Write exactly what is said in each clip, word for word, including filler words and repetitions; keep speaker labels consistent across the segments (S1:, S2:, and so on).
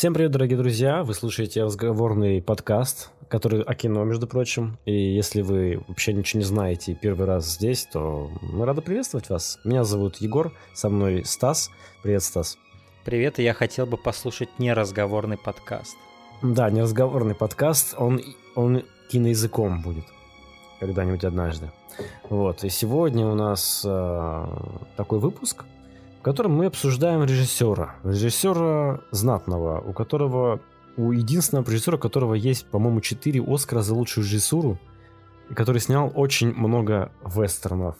S1: Всем привет, дорогие друзья! Вы слушаете разговорный подкаст, который о кино, между прочим. И если вы вообще ничего не знаете и первый раз здесь, то мы рады приветствовать вас. Меня зовут Егор, со мной Стас. Привет, Стас.
S2: Привет, и я хотел бы послушать неразговорный подкаст.
S1: Да, неразговорный подкаст, он, он киноязыком будет когда-нибудь однажды. Вот, и сегодня у нас э, такой выпуск, в котором мы обсуждаем режиссера. Режиссера знатного, у которого, у единственного режиссера, у которого есть, по-моему, четыре Оскара за лучшую режиссуру, и который снял очень много вестернов.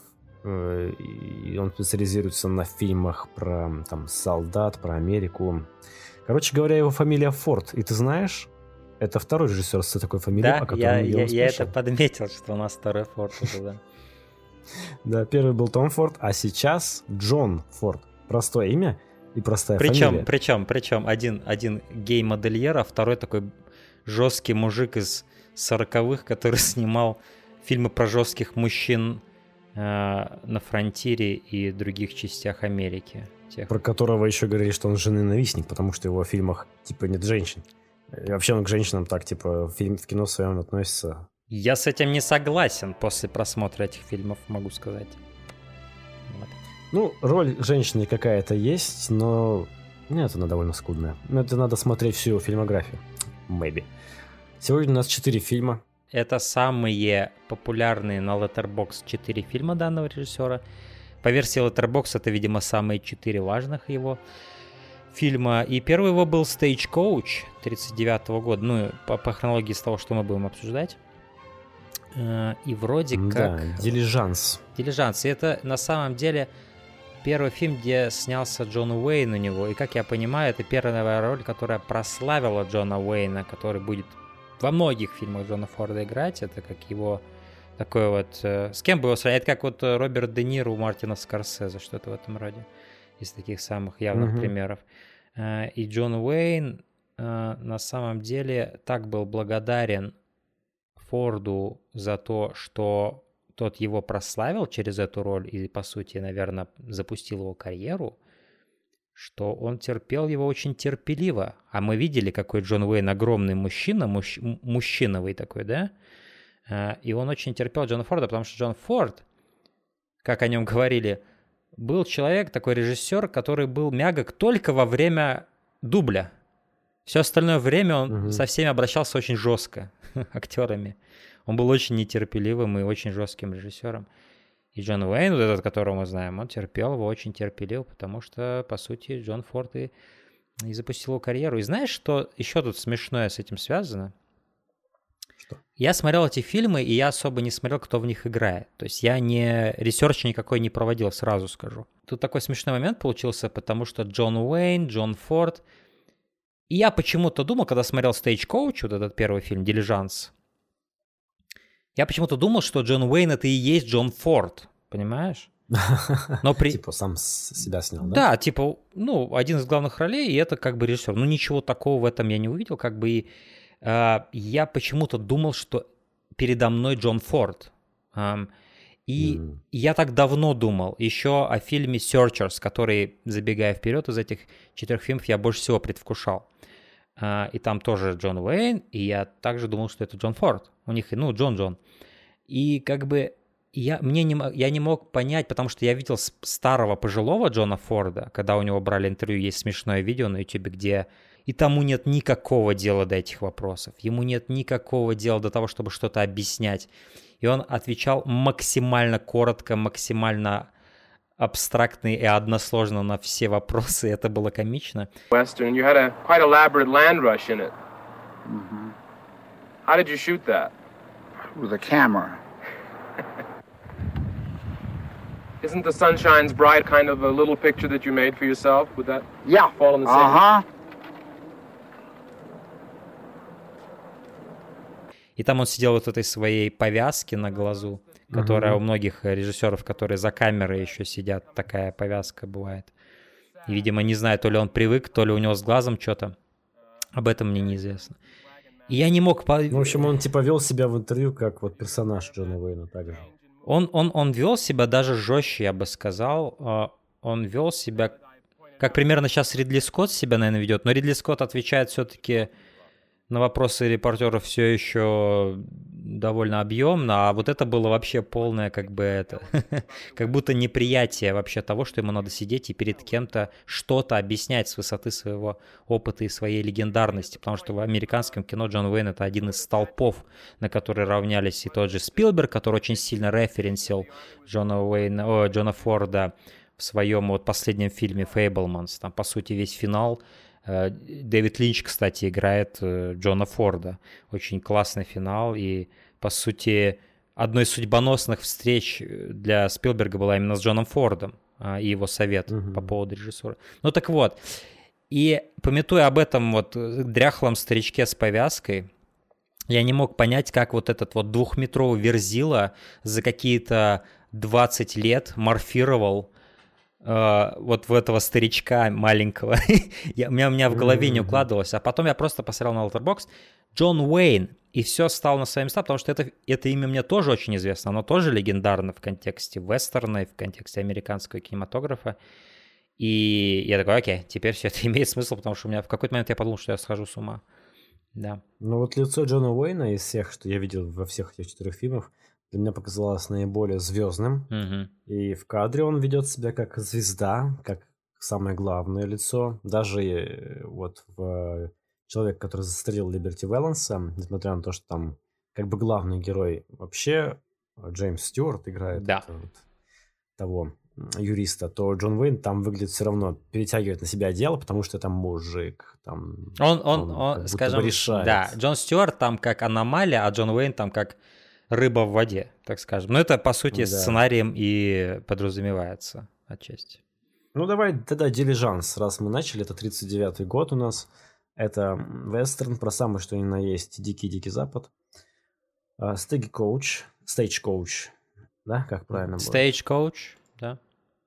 S1: И он специализируется на фильмах про там, солдат, про Америку. Короче говоря, его фамилия Форд. И ты знаешь, это второй режиссер с такой фамилией,
S2: да,
S1: о котором
S2: я,
S1: я,
S2: я, я это подметил, что у нас второй Форд уже, да.
S1: Да, первый был Том Форд, а сейчас Джон Форд. Простое имя и простая
S2: причем,
S1: фамилия.
S2: Причем, причем один, один гей-модельер, а второй такой жесткий мужик из сороковых, который снимал фильмы про жестких мужчин э, на фронтире и других частях Америки. Тех.
S1: Про которого еще говорили, что он женоненавистник, потому что в его фильмах типа нет женщин. И вообще он к женщинам так типа в, фильм, в кино своем относится.
S2: Я с этим не согласен после просмотра этих фильмов, могу сказать.
S1: Вот. Ну, роль женщины какая-то есть, но нет, она довольно скудная. Но это надо смотреть всю его фильмографию. Maybe. Сегодня у нас четыре фильма.
S2: Это самые популярные на Letterboxd четыре фильма данного режиссера. По версии Letterboxd это, видимо, самые четыре важных его фильма. И первый его был Stagecoach тридцать девятого года. Ну, по, по хронологии с того, что мы будем обсуждать. И вроде как...
S1: Да, «Дилижанс».
S2: «Дилижанс». И это на самом деле первый фильм, где снялся Джон Уэйн у него. И, как я понимаю, это первая роль, которая прославила Джона Уэйна, который будет во многих фильмах Джона Форда играть. Это как его такой вот... С кем бы его сравнить? Это как вот Роберт Де Ниро у Мартина Скорсезе, что-то в этом роде. Из таких самых явных mm-hmm. примеров. И Джон Уэйн на самом деле так был благодарен Форду за то, что тот его прославил через эту роль и, по сути, наверное, запустил его карьеру, что он терпел его очень терпеливо. А мы видели, какой Джон Уэйн огромный мужчина, мужч... мужчиновый такой, да? И он очень терпел Джона Форда, потому что Джон Форд, как о нем говорили, был человек, такой режиссер, который был мягок только во время дубля. Все остальное время он угу. со всеми обращался очень жестко, актерами. Он был очень нетерпеливым и очень жестким режиссером. И Джон Уэйн, вот этот, которого мы знаем, он терпел его очень терпеливо, потому что, по сути, Джон Форд и, и запустил его карьеру. И знаешь, что еще тут смешное с этим связано?
S1: Что?
S2: Я смотрел эти фильмы, и я особо не смотрел, кто в них играет. То есть я не ресерч никакой не проводил, сразу скажу. Тут такой смешной момент получился, потому что Джон Уэйн, Джон Форд... И я почему-то думал, когда смотрел Stagecoach, вот этот первый фильм, «Дилижанс», я почему-то думал, что Джон Уэйн — это и есть Джон Форд, понимаешь?
S1: Но при... Типа сам себя снял, да?
S2: Да, типа, ну, один из главных ролей, и это как бы режиссер. Ну, ничего такого в этом я не увидел, как бы и э, я почему-то думал, что передо мной Джон Форд. Um, и mm. я так давно думал еще о фильме Searchers, который, забегая вперед, из этих четырех фильмов я больше всего предвкушал. Uh, и там тоже Джон Уэйн, и я также думал, что это Джон Форд. У них, ну, Джон-Джон. И как бы я, мне не, я не мог понять, потому что я видел старого пожилого Джона Форда, когда у него брали интервью, есть смешное видео на YouTube, где... И тому нет никакого дела до этих вопросов. Ему нет никакого дела до того, чтобы что-то объяснять. И он отвечал максимально коротко, максимально абстрактно и односложно на все вопросы. Это было комично.
S3: Western, you had a quite elaborate land rush in it. Mm-hmm. How did you shoot that?
S4: With a camera.
S3: Isn't the Sunshine's Bride kind of a little picture that you made for yourself? Would that
S4: yeah.
S3: fall in the same?
S4: Uh-huh.
S2: И там он сидел вот в этой своей повязке на глазу, которая uh-huh. у многих режиссеров, которые за камерой еще сидят, такая повязка бывает. И, видимо, не знаю, то ли он привык, то ли у него с глазом что-то. Об этом мне неизвестно. И я не мог...
S1: В общем, он типа вел себя в интервью как вот персонаж Джона Уэйна также.
S2: Он, он, он вел себя даже жестче, я бы сказал. Он вел себя как примерно сейчас Ридли Скотт себя, наверное, ведет, но Ридли Скотт отвечает все-таки на вопросы репортеров все еще довольно объемно, а вот это было вообще полное, как бы это, как будто неприятие вообще того, что ему надо сидеть и перед кем-то что-то объяснять с высоты своего опыта и своей легендарности, потому что в американском кино Джон Уэйн — это один из столпов, на который равнялись и тот же Спилберг, который очень сильно референсил Джона Уэйна, о, Джона Форда в своем вот последнем фильме «Фейблманс». Там, по сути, весь финал. Дэвид Линч, кстати, играет Джона Форда. Очень классный финал. И, по сути, одной из судьбоносных встреч для Спилберга была именно с Джоном Фордом и его совет mm-hmm. по поводу режиссуры. Ну так вот. И, памятуя об этом вот дряхлом старичке с повязкой, я не мог понять, как вот этот вот двухметровый Верзила за какие-то двадцать лет морфировал Uh, вот в этого старичка маленького. я, у, меня, у меня в голове не укладывалось. А потом я просто посмотрел на Letterboxd. Джон Уэйн. И все стало на свои места, потому что это, это имя мне тоже очень известно. Оно тоже легендарно в контексте вестерна и в контексте американского кинематографа. И я такой, окей, теперь все это имеет смысл, потому что у меня в какой-то момент я подумал, что я схожу с ума. Да.
S1: Ну вот лицо Джона Уэйна из всех, что я видел во всех этих четырех фильмах, для меня показалось наиболее звездным.
S2: Mm-hmm.
S1: И в кадре он ведет себя как звезда, как самое главное лицо. Даже вот в «Человек, который застрелил Либерти Вэланса», несмотря на то, что там как бы главный герой вообще Джеймс Стюарт играет
S2: да.
S1: вот, того юриста, то Джон Уэйн там выглядит все равно, перетягивает на себя одеяло, потому что там мужик. Там,
S2: он, он, он,
S1: он
S2: скажем,
S1: решает.
S2: Да, Джон Стюарт там как аномалия, а Джон Уэйн там как рыба в воде, так скажем. Но это, по сути, да. сценарием и подразумевается отчасти.
S1: Ну, давай тогда «Дилижанс». Раз мы начали, это тридцать девятый год у нас. Это вестерн про самый, что ни на есть, дикий-дикий запад. Стейдж коуч. Стейдж коуч. Да, как правильно будет?
S2: Стейдж коуч, да.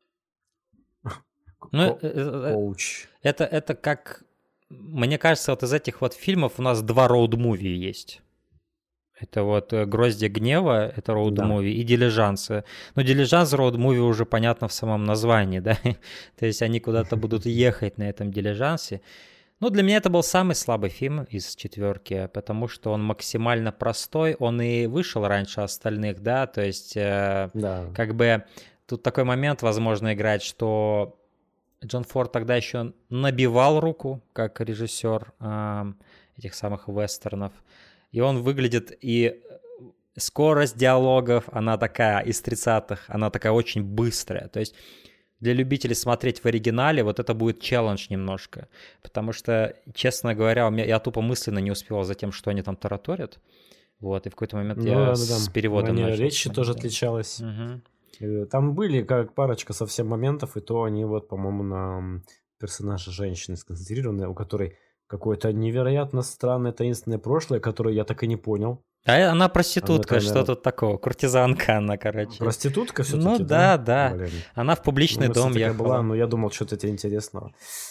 S1: Коуч.
S2: Это, это как... Мне кажется, вот из этих вот фильмов у нас два роуд-муви есть. Это вот «Гроздья гнева», это роуд-муви, да. и «Дилижансы». Но «Дилижанс» роуд-муви уже понятно в самом названии, да? То есть они куда-то будут ехать на этом «Дилижансе». Ну, для меня это был самый слабый фильм из четверки, потому что он максимально простой, он и вышел раньше остальных, да? То есть э,
S1: да.
S2: как бы тут такой момент, возможно, играть, что Джон Форд тогда еще набивал руку, как режиссер э, этих самых вестернов. И он выглядит, и скорость диалогов, она такая из тридцатых, она такая очень быстрая. То есть для любителей смотреть в оригинале вот это будет челлендж немножко. Потому что, честно говоря, у меня, я тупо мысленно не успевал за тем, что они там тараторят. Вот, и в какой-то момент ну, я да, с да. переводом
S1: Они,
S2: начал.
S1: Речь тоже да. отличалась. Угу. Там были как парочка совсем моментов, и то они вот, по-моему, на персонаже женщины сконцентрированы, у которой какое-то невероятно странное таинственное прошлое, которое я так и не понял.
S2: А она проститутка, она, что наверное... тут такого? Куртизанка она, короче.
S1: Проститутка все-таки,
S2: ну,
S1: да?
S2: Ну да, да. Она в публичный
S1: ну,
S2: дом ехала.
S1: была, но я думал, что-то тебе интересного.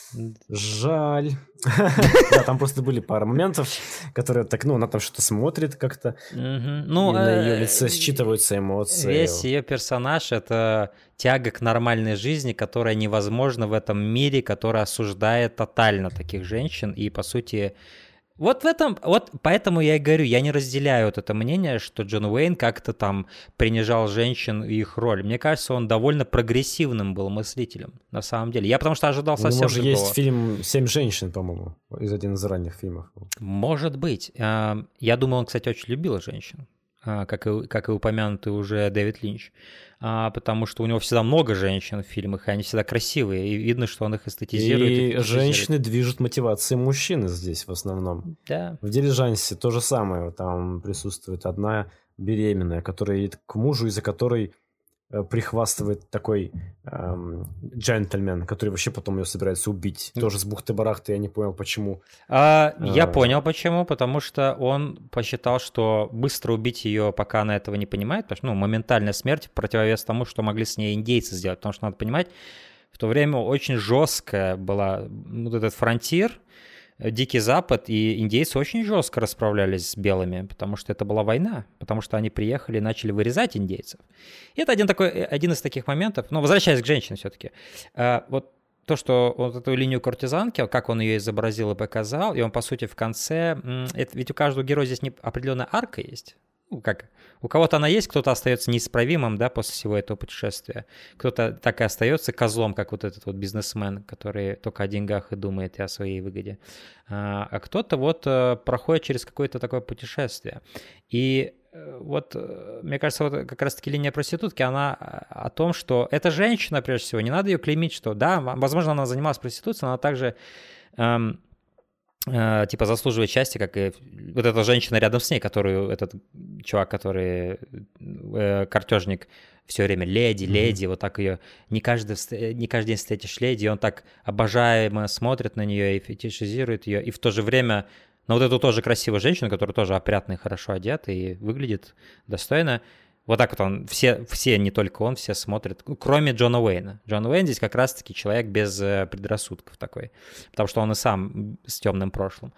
S1: Жаль. Да, там просто были пара моментов, которые так, ну, она там что-то смотрит как-то, и на ее лице считываются эмоции.
S2: Весь ее персонаж — это тяга к нормальной жизни, которая невозможна в этом мире, которая осуждает тотально таких женщин, и, по сути... Вот в этом, вот поэтому я и говорю, я не разделяю вот это мнение, что Джон Уэйн как-то там принижал женщин и их роль. Мне кажется, он довольно прогрессивным был мыслителем, на самом деле. Я потому что ожидал совсем
S1: другого. У него же есть фильм «Семь женщин», по-моему, из один из ранних фильмов.
S2: Может быть. Я думаю, он, кстати, очень любил женщин, как и, как и упомянутый уже Дэвид Линч. А, потому что у него всегда много женщин в фильмах, и они всегда красивые, и видно, что он их эстетизирует.
S1: И, и женщины движут мотивацией мужчины здесь в основном.
S2: Да.
S1: В «Дилижансе» то же самое. Там присутствует одна беременная, которая едет к мужу, из-за которой э, прихвастывает такой эм, джентльмен, который вообще потом ее собирается убить. Mm. Тоже с бухты-барахты, я не понял, почему.
S2: А, а, я понял, почему. Потому что он посчитал, что быстро убить ее, пока она этого не понимает, потому что ну, моментальная смерть в противовес тому, что могли с ней индейцы сделать. Потому что, надо понимать, в то время очень жесткая была вот этот фронтир, Дикий Запад, и индейцы очень жестко расправлялись с белыми, потому что это была война, потому что они приехали и начали вырезать индейцев. И это один, такой, один из таких моментов, но возвращаясь к женщине все-таки, вот то, что вот эту линию куртизанки, как он ее изобразил и показал, и он, по сути, в конце... Это, ведь у каждого героя здесь не, определенная арка есть. Ну, как, у кого-то она есть, кто-то остается неисправимым, да, после всего этого путешествия. Кто-то так и остается козлом, как вот этот вот бизнесмен, который только о деньгах и думает, и о своей выгоде. А, а кто-то вот проходит через какое-то такое путешествие. И вот, мне кажется, вот как раз-таки линия проститутки, она о том, что эта женщина, прежде всего, не надо ее клеймить, что, да, возможно, она занималась проституцией, но она также... Эм, типа заслуживает счастья, как и вот эта женщина рядом с ней, которую этот чувак, который э, картежник, все время леди, леди, mm-hmm. вот так ее не каждый, не каждый день встретишь леди, и он так обожаемо смотрит на нее и фетишизирует ее, и в то же время на вот эту тоже красивую женщину, которая тоже опрятно и хорошо одета и выглядит достойно. Вот так вот он, все, все, не только он, все смотрят, кроме Джона Уэйна. Джон Уэйн здесь как раз-таки человек без предрассудков такой, потому что он и сам с темным прошлым.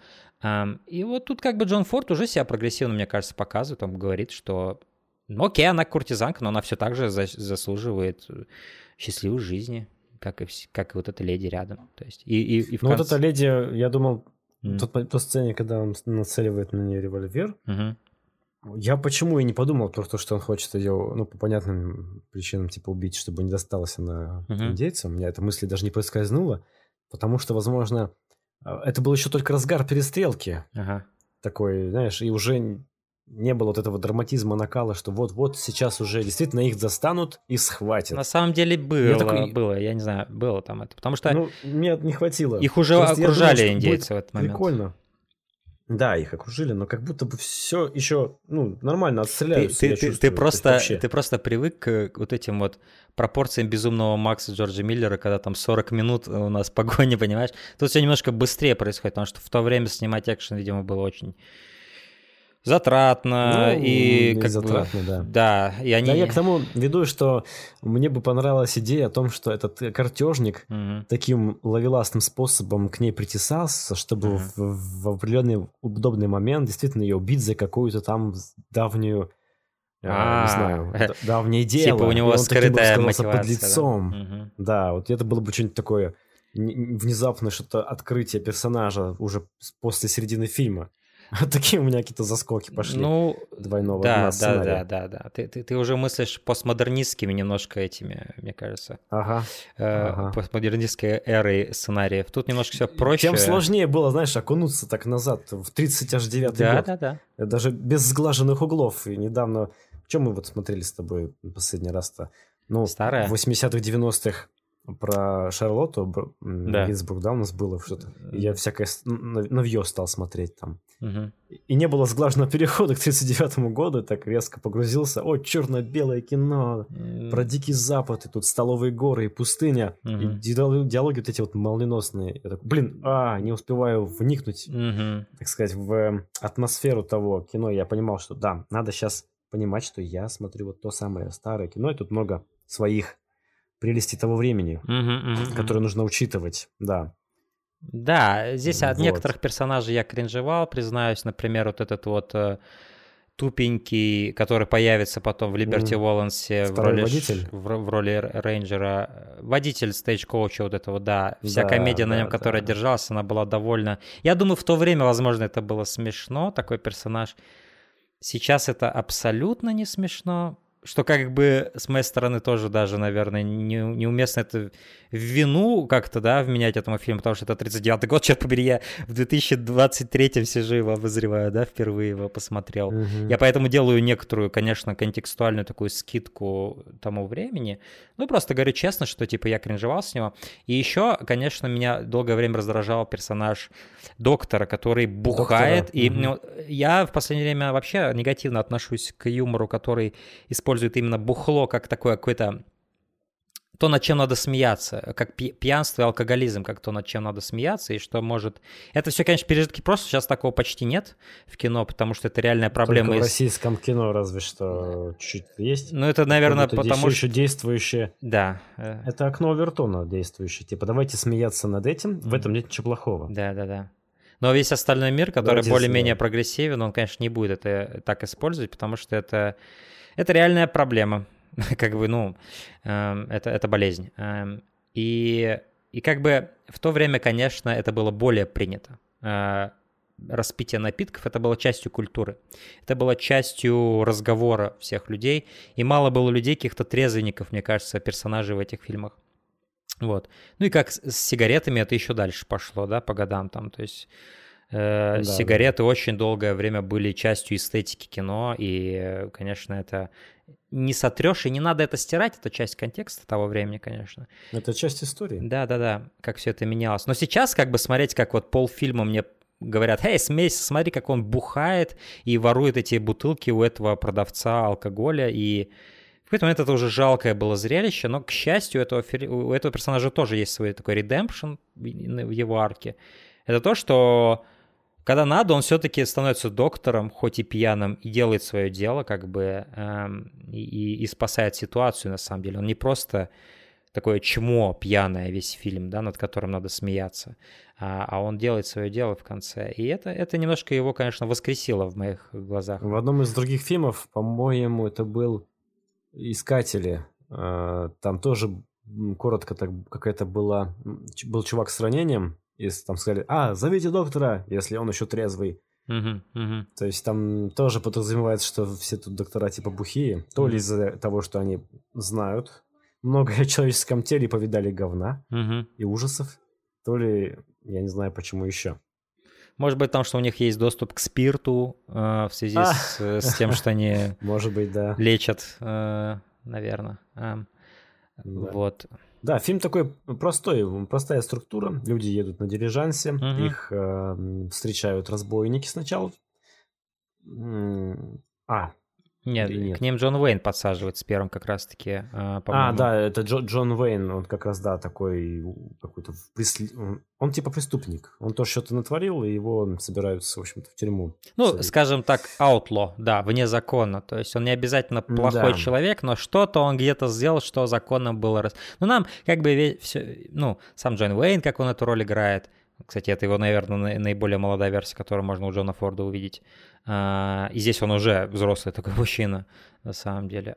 S2: И вот тут как бы Джон Форд уже себя прогрессивно, мне кажется, показывает. Он говорит, что, ну окей, она куртизанка, но она все так же заслуживает счастливой жизни, как и, как и вот эта леди рядом. То есть, и, и, и в
S1: ну
S2: конце...
S1: вот эта леди, я думал, mm. тут по, по сцене, когда он нацеливает на нее револьвер, mm-hmm. Я почему и не подумал про то, что он хочет ее, ну, по понятным причинам, типа, убить, чтобы не досталось она uh-huh. индейцам. У меня эта мысль даже не проскользнула, потому что, возможно, это был еще только разгар перестрелки. Uh-huh. Такой, знаешь, и уже не было вот этого драматизма, накала, что вот-вот сейчас уже действительно их застанут и схватят.
S2: На самом деле было, такой... было, я не знаю, было там это, потому что...
S1: Ну, мне не хватило.
S2: Их уже Просто окружали думал, индейцы в этот момент.
S1: Прикольно. Да, их окружили, но как будто бы все еще, ну, нормально отстреляются.
S2: Ты, ты, ты, просто, ты просто привык к вот этим вот пропорциям безумного Макса Джорджа Миллера, когда там сорок минут у нас погони, понимаешь? Тут все немножко быстрее происходит, потому что в то время снимать экшен, видимо, было очень затратно.
S1: Ну,
S2: и как
S1: затратно,
S2: бы,
S1: да.
S2: Да, и они...
S1: Да, я к тому веду, что мне бы понравилась идея о том, что этот картежник угу. таким ловеласным способом к ней притесался, чтобы угу. в, в определенный удобный момент действительно ее убить за какую-то там давнюю, а, не знаю, давнее дело.
S2: Типа у него скрытая мотивация.
S1: Под лицом. Да, вот это было бы что-нибудь такое внезапное что-то открытие персонажа уже после середины фильма. Такие у меня какие-то заскоки пошли.
S2: Ну,
S1: двойного
S2: да, да, да, да, да. Ты, ты, ты уже мыслишь постмодернистскими немножко этими, мне кажется.
S1: Ага.
S2: Э,
S1: ага.
S2: Постмодернистской эрой сценариев. Тут немножко все проще.
S1: Тем сложнее было, знаешь, окунуться так назад, в тридцать девятый
S2: да,
S1: год.
S2: Да, да, да.
S1: Даже без сглаженных углов. И недавно... Чем мы вот смотрели с тобой последний раз-то? Ну,
S2: Старая?
S1: В восьмидесятых, девяностых про Шарлотту
S2: да.
S1: Гинзбург, да, у нас было что-то. И я всякое новье стал смотреть там.
S2: Угу.
S1: И не было сглаженного перехода к тридцать девятому году, так резко погрузился. О, черно-белое кино, mm. про Дикий Запад, и тут столовые горы, и пустыня, mm-hmm. и диалоги, диалоги вот эти вот молниеносные. Я такой, блин, а, не успеваю вникнуть, mm-hmm. так сказать, в атмосферу того кино. Я понимал, что да, надо сейчас понимать, что я смотрю вот то самое старое кино, и тут много своих прелестей того времени,
S2: mm-hmm, mm-hmm.
S1: которые нужно учитывать, да.
S2: Да, здесь
S1: вот.
S2: От некоторых персонажей я кринжевал, признаюсь. Например, вот этот вот э, тупенький, который появится потом в Либерти Уолленсе в роли, в, в роли рейнджера. Водитель стейдж-коуча вот этого, да. Вся да, комедия да, на нем, да. которая держалась, она была довольно... Я думаю, в то время, возможно, это было смешно, такой персонаж. Сейчас это абсолютно не смешно. Что как бы с моей стороны тоже даже, наверное, не, неуместно это в вину как-то, да, вменять этому фильму, потому что это тридцать девятый год, черт побери, я в две тысячи двадцать третьем сижу его обозреваю, да, впервые его посмотрел. Uh-huh. Я поэтому делаю некоторую, конечно, контекстуальную такую скидку тому времени. Ну, просто говорю честно, что, типа, я кринжевал с него. И еще, конечно, меня долгое время раздражал персонаж доктора, который бухает. Доктора. И uh-huh. ну, я в последнее время вообще негативно отношусь к юмору, который использует именно бухло как такое какое-то то, над чем надо смеяться, как пьянство и алкоголизм, как то, над чем надо смеяться, и что может... Это все, конечно, пережитки прошлого, сейчас такого почти нет в кино, потому что это реальная проблема.
S1: Только
S2: из...
S1: в российском кино разве что чуть-чуть есть.
S2: Ну, это, наверное, потому
S1: что... еще действующее...
S2: Да.
S1: Это окно Овертона действующее. Типа, давайте смеяться над этим, mm. в этом нет ничего плохого.
S2: Да-да-да. Но весь остальной мир, который да, более-менее да. прогрессивен, он, конечно, не будет это так использовать, потому что это, это реальная проблема. Как бы, ну, э, это, это болезнь. Э, и и как бы в то время, конечно, это было более принято. Распитие напитков — это было частью культуры. Это было частью разговора всех людей. И мало было людей, каких-то трезвенников, мне кажется, персонажей в этих фильмах. Вот. Ну и как с, с сигаретами это еще дальше пошло, да, по годам там. То есть э, да, сигареты да. очень долгое время были частью эстетики кино. И, конечно, это не сотрешь, и не надо это стирать. Это часть контекста того времени, конечно.
S1: Это часть истории.
S2: Да-да-да, как все это менялось. Но сейчас как бы смотреть, как вот полфильма мне говорят: «Эй, смесь, смотри, как он бухает и ворует эти бутылки у этого продавца алкоголя». И в какой-то момент это уже жалкое было зрелище, но, к счастью, у этого, у этого персонажа тоже есть свой такой редемпшн в его арке. Это то, что когда надо, он все-таки становится доктором, хоть и пьяным, и делает свое дело, как бы, эм, и, и спасает ситуацию, на самом деле. Он не просто такое чмо пьяное весь фильм, да, над которым надо смеяться, а, а он делает свое дело в конце. И это, это немножко его, конечно, воскресило в моих глазах.
S1: В одном из других фильмов, по-моему, это был «Искатели». Там тоже коротко так какая-то была... Был чувак с ранением, и там сказали: «А, зовите доктора, если он еще трезвый».
S2: Uh-huh, uh-huh.
S1: То есть там тоже подразумевается, что все тут доктора типа бухие. То uh-huh. ли из-за того, что они знают много о человеческом теле, повидали говна
S2: uh-huh.
S1: и ужасов, то ли, я не знаю, почему еще.
S2: Может быть, потому что у них есть доступ к спирту э, в связи а! с, с тем, что они
S1: Может быть, да.
S2: лечат, э, наверное. Э,
S1: да.
S2: Вот.
S1: Да, фильм такой простой, простая структура. Люди едут на дилижансе,
S2: uh-huh.
S1: их э, встречают разбойники сначала. А,
S2: Нет, нет, к ним Джон Уэйн подсаживается первым как раз-таки, э,
S1: по-моему. А, да, это Джо, Джон Уэйн, он как раз, да, такой какой-то... Преслед... Он типа преступник. Он тоже что-то натворил, и его собираются, в общем-то, в тюрьму.
S2: Ну,
S1: садить.
S2: Скажем так, outlaw, да, вне закона. То есть он не обязательно плохой
S1: да.
S2: человек, но что-то он где-то сделал, что законом было... Раз... Ну, нам как бы все... Ну, сам Джон Уэйн, как он эту роль играет. Кстати, это его, наверное, наиболее молодая версия, которую можно у Джона Форда увидеть. И здесь он уже взрослый такой мужчина, на самом деле.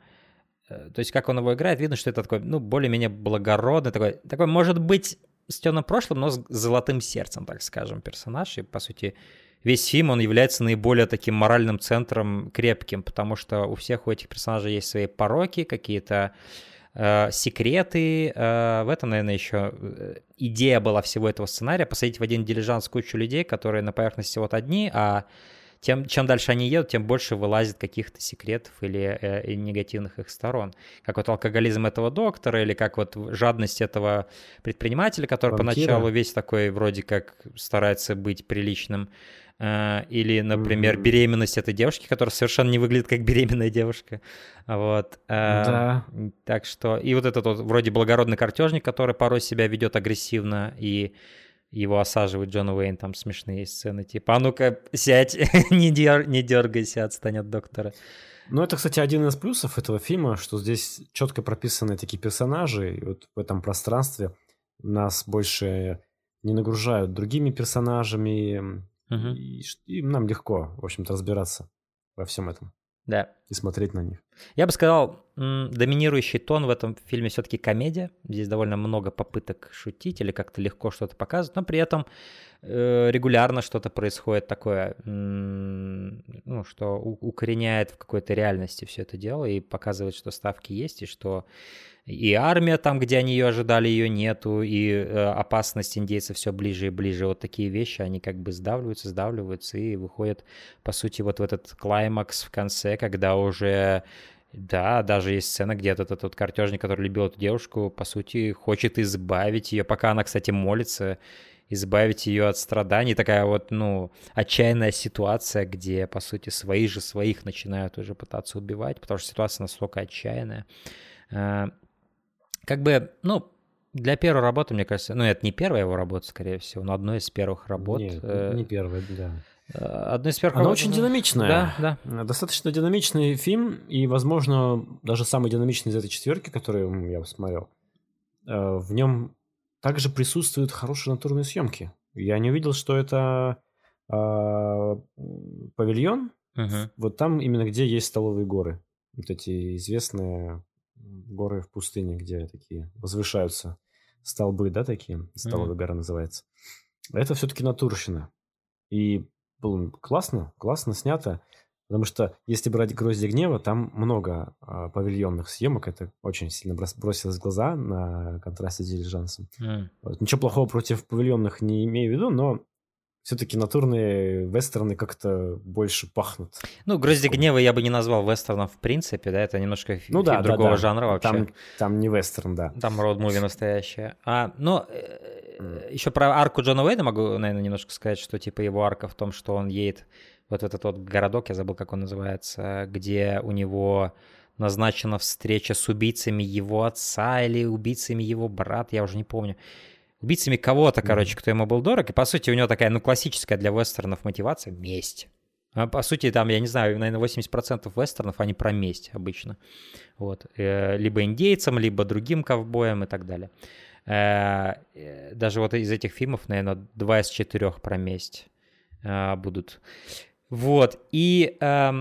S2: То есть, как он его играет, видно, что это такой, ну, более-менее благородный, такой, такой, может быть, с темным прошлым, но с золотым сердцем, так скажем, персонаж. И, по сути, весь фильм, он является наиболее таким моральным центром крепким, потому что у всех у этих персонажей есть свои пороки, какие-то э, секреты. Э, в этом, наверное, еще идея была всего этого сценария — посадить в один дилижанс кучу людей, которые на поверхности вот одни, а тем, чем дальше они едут, тем больше вылазит каких-то секретов или э, негативных их сторон. Как вот алкоголизм этого доктора, или как вот жадность этого предпринимателя, который
S1: Вампира.
S2: Поначалу весь такой вроде как старается быть приличным. Э, или, например, mm-hmm. беременность этой девушки, которая совершенно не выглядит как беременная девушка. Вот. Э,
S1: да.
S2: Так что... И вот этот вот вроде благородный картежник, который порой себя ведет агрессивно, и его осаживает Джон Уэйн, там смешные сцены, типа: «А ну-ка, сядь, не, дер, не дергайся, отстань от доктора».
S1: Ну, это, кстати, один из плюсов этого фильма, что здесь четко прописаны такие персонажи, и вот в этом пространстве нас больше не нагружают другими персонажами, uh-huh. и, и нам легко, в общем-то, разбираться во всем этом.
S2: Да.
S1: И смотреть на них.
S2: Я бы сказал, м- доминирующий тон в этом фильме все-таки комедия. Здесь довольно много попыток шутить или как-то легко что-то показывать, но при этом э- регулярно что-то происходит такое, м- ну, что у- укореняет в какой-то реальности все это дело и показывает, что ставки есть, и что и армия там, где они ее ожидали, ее нету, и э, опасность индейцев все ближе и ближе. Вот такие вещи, они как бы сдавливаются, сдавливаются и выходят, по сути, вот в этот клаймакс в конце, когда уже, да, даже есть сцена, где этот, этот картежник, который любил эту девушку, по сути, хочет избавить ее, пока она, кстати, молится, избавить ее от страданий. Такая вот, ну, отчаянная ситуация, где, по сути, свои же своих начинают уже пытаться убивать, потому что ситуация настолько отчаянная. Как бы, ну, для первой работы, мне кажется, ну, это не первая его работа, скорее всего, но одной из первых работ.
S1: Нет, не первая, да.
S2: Одной из первых
S1: Она
S2: работ.
S1: очень динамичная.
S2: Да, да.
S1: Достаточно динамичный фильм, и, возможно, даже самый динамичный из этой четверки, которую я посмотрел, в нем также присутствуют хорошие натурные съемки. Я не увидел, что это э, павильон,
S2: uh-huh.
S1: вот там именно где есть столовые горы. Вот эти известные горы в пустыне, где такие возвышаются столбы, да, такие? Столовая mm-hmm. гора называется. Это все-таки натурщина. И блин, классно, классно снято. Потому что если брать «Гроздья гнева», там много а, павильонных съемок. Это очень сильно бросилось в глаза на контрасте с «Дилижансом». Mm. Вот. Ничего плохого против павильонных не имею в виду, но все-таки натурные вестерны как-то больше пахнут.
S2: Ну, «Гроздья гнева» я бы не назвал вестерном в принципе, да, это немножко ну, фильм да, другого да, да. жанра вообще.
S1: Там, там не вестерн, да.
S2: Там роуд-муви настоящее. А, но mm. еще про арку Джона Уэйна могу, наверное, немножко сказать, что типа его арка в том, что он едет вот этот вот городок, я забыл, как он называется, где у него назначена встреча с убийцами его отца или убийцами его брата, я уже не помню. Убийцами кого-то, короче, mm-hmm. кто ему был дорог. И, по сути, у него такая, ну, классическая для вестернов мотивация — месть. А, по сути, там, я не знаю, наверное, восемьдесят процентов вестернов, они про месть обычно. Вот. Либо индейцам, либо другим ковбоям и так далее. Даже вот из этих фильмов, наверное, два из четырех про месть будут. Вот. И...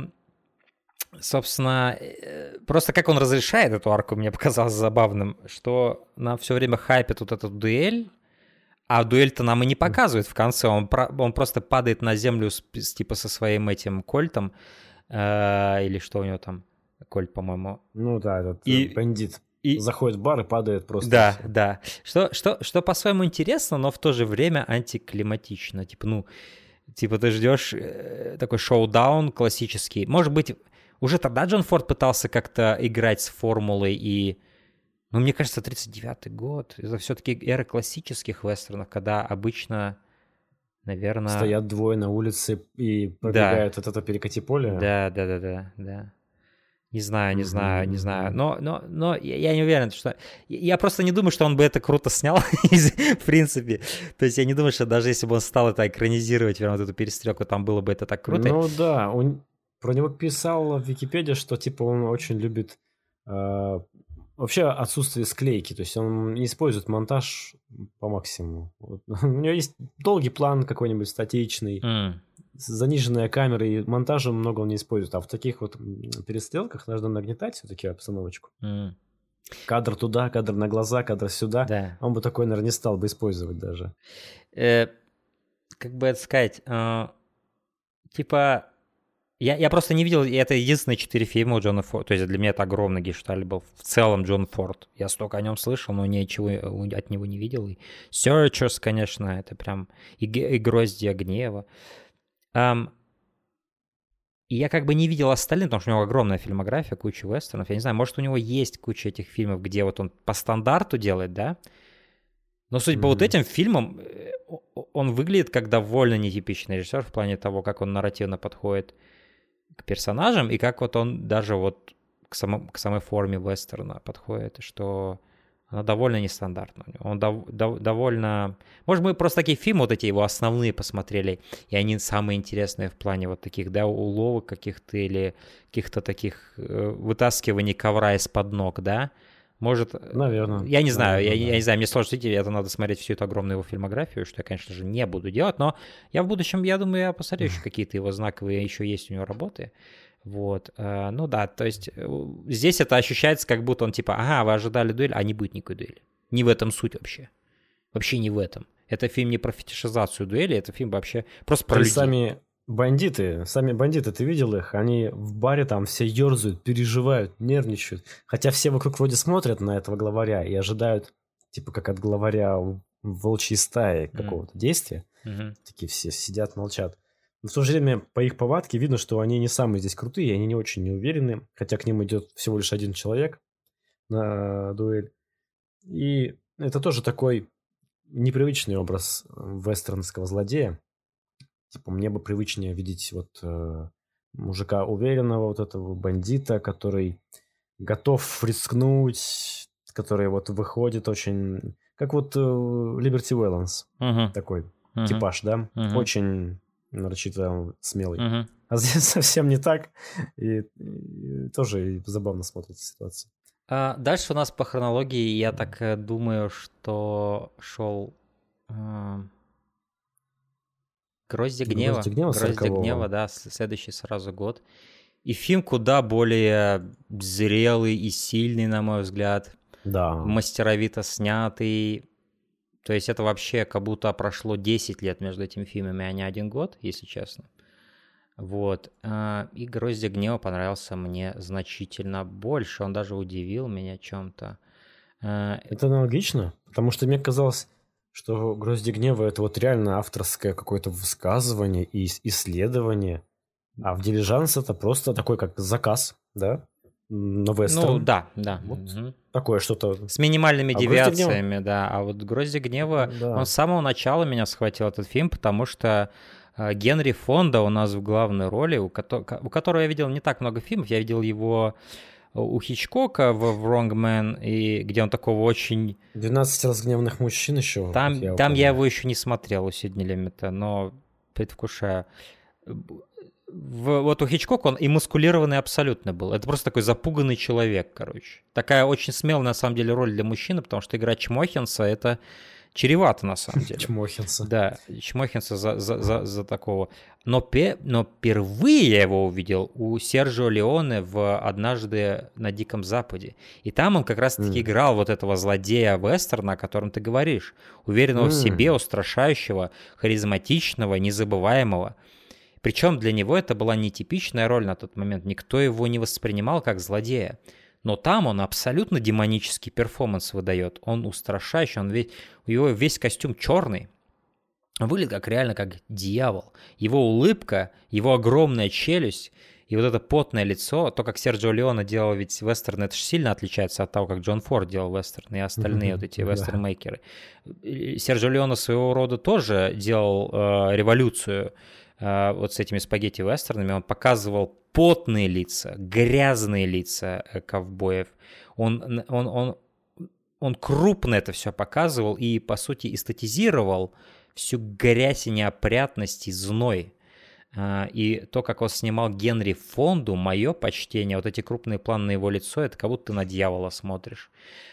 S2: Собственно, просто как он разрешает эту арку, мне показалось забавным, что нам все время хайпит вот эту дуэль, а дуэль-то нам и не показывает в конце. Он, про, он просто падает на землю с, с, типа со своим этим кольтом, э, или что у него там, кольт, по-моему.
S1: Ну да, этот и, бандит и, заходит в бар и падает просто.
S2: Да, все. да. Что, что, что по-своему интересно, но в то же время антиклиматично. Типа, ну, типа ты ждешь э, такой шоу-даун классический. Может быть... Уже тогда Джон Форд пытался как-то играть с формулой и... Ну, мне кажется, тридцать девятый год. Это все-таки эра классических вестернов, когда обычно, наверное...
S1: Стоят двое на улице и пробегают да. от этого перекати поля.
S2: Да, да, да, да, да. Не знаю, не знаю, mm-hmm. не знаю. Но, но, но я не уверен, что... Я просто не думаю, что он бы это круто снял, в принципе. То есть я не думаю, что даже если бы он стал это экранизировать, вот эту перестрелку, там было бы это так круто.
S1: Ну да, он... Про него писал в Википедии, что типа он очень любит э, вообще отсутствие склейки, то есть он не использует монтаж по максимуму. Вот. У него есть долгий план какой-нибудь статичный, mm. заниженная камера, и монтажа много он не использует. А в таких вот перестрелках нужно нагнетать все-таки обстановочку. Mm. Кадр туда, кадр на глаза, кадр сюда. Да. Он бы такой, наверное, не стал бы использовать даже.
S2: Э, как бы это сказать, э, типа... Я, я просто не видел, и это единственные четыре фильма у Джона Форда, то есть для меня это огромный гештальт был, в целом Джон Форд. Я столько о нем слышал, но ничего от него не видел. И Searchers, конечно, это прям и, и «Гроздья гнева». Um, и я как бы не видел остальных, потому что у него огромная фильмография, куча вестернов. Я не знаю, может, у него есть куча этих фильмов, где вот он по стандарту делает, да? Но судя mm-hmm. по вот этим фильмам, он выглядит как довольно нетипичный режиссер в плане того, как он нарративно подходит к персонажам, и как вот он даже вот к, само, к самой форме вестерна подходит, что она довольно нестандартна. Он дов, дов, довольно... Может, мы просто такие фильмы, вот эти его основные посмотрели, и они самые интересные в плане вот таких, да, уловок каких-то или каких-то таких э, вытаскиваний ковра из-под ног, да? Может...
S1: Наверное.
S2: Я не знаю,
S1: Наверное,
S2: я,
S1: да.
S2: я не знаю, мне сложно судить, это надо смотреть всю эту огромную его фильмографию, что я, конечно же, не буду делать, но я в будущем, я думаю, я посмотрю еще какие-то его знаковые, еще есть у него работы. Вот, ну да, то есть здесь это ощущается, как будто он типа, ага, вы ожидали дуэль, а не будет никакой дуэли. Не в этом суть вообще. Вообще не в этом. Это фильм не про фетишизацию дуэли, это фильм вообще просто про людей.
S1: Сами бандиты, сами бандиты, ты видел их? Они в баре там все ерзают, переживают, нервничают. Хотя все вокруг вроде смотрят на этого главаря и ожидают, типа как от главаря волчьей стаи какого-то mm. действия. Mm-hmm. Такие все сидят, молчат. Но в то же время по их повадке видно, что они не самые здесь крутые, они не очень неуверенны, хотя к ним идет всего лишь один человек на дуэль. И это тоже такой непривычный образ вестернского злодея. Типа мне бы привычнее видеть вот э, мужика уверенного, вот этого бандита, который готов рискнуть, который вот выходит очень... Как вот э, Liberty Valance. Uh-huh. Такой uh-huh. типаж, да? Uh-huh. Очень... нарочито смелый. Uh-huh. А здесь совсем не так. И, и тоже забавно смотрится ситуация.
S2: А дальше у нас по хронологии, я так думаю, что шел э, «Гроздья гнева». «Гроздья гнева», «Гроздья гнева», да, следующий сразу год. И фильм куда более зрелый и сильный, на мой взгляд.
S1: Да.
S2: Мастеровито снятый. То есть это вообще как будто прошло десять лет между этими фильмами, а не один год, если честно. Вот. И «Гроздья гнева» понравился мне значительно больше. Он даже удивил меня чем-то.
S1: Это аналогично, потому что мне казалось, что «Гроздья гнева» — это вот реально авторское какое-то высказывание и исследование, а в «Дилижанс» это просто такой как заказ, да? На вестерн.
S2: Ну, да, да.
S1: Вот
S2: угу.
S1: Такое что-то.
S2: С минимальными
S1: а
S2: девиациями, да. А вот «Гроздья гнева»,
S1: да.
S2: он с самого начала меня схватил, этот фильм, потому что э, Генри Фонда у нас в главной роли, у, ко- у которого я видел не так много фильмов. Я видел его у Хичкока в «Wrong Man», и где он такого очень...
S1: «двенадцать разгневанных мужчин» еще.
S2: Там,
S1: я,
S2: там я его еще не смотрел, у Сидни Люмета, но предвкушаю. В, вот у Хичкока он и маскулированный абсолютно был. Это просто такой запуганный человек, короче. Такая очень смелая, на самом деле, роль для мужчины, потому что играть Чмохинса — это чревато, на самом деле.
S1: Чмохинса.
S2: Да, Чмохинса за, за, за, за такого. Но, пе, но впервые я его увидел у Серджио Леоне в «Однажды на Диком Западе». И там он как раз-таки mm. играл вот этого злодея вестерна, о котором ты говоришь. Уверенного mm. в себе, устрашающего, харизматичного, незабываемого. Причем для него это была нетипичная роль на тот момент. Никто его не воспринимал как злодея. Но там он абсолютно демонический перформанс выдает. Он устрашающий, он весь, у него весь костюм черный. Он выглядит как реально как дьявол. Его улыбка, его огромная челюсть и вот это потное лицо, то, как Серджио Леоне делал ведь вестерны, это же сильно отличается от того, как Джон Форд делал вестерны и остальные mm-hmm. вот эти вестерн-мейкеры. Серджио Леоне своего рода тоже делал э, революцию э, вот с этими спагетти-вестернами. Он показывал потные лица, грязные лица ковбоев. Он, он, он, он крупно это все показывал и, по сути, эстетизировал всю грязь и неопрятность и зной. И то, как он снимал Генри Фонду, мое почтение, вот эти крупные планы на его лицо, это как будто ты на дьявола смотришь.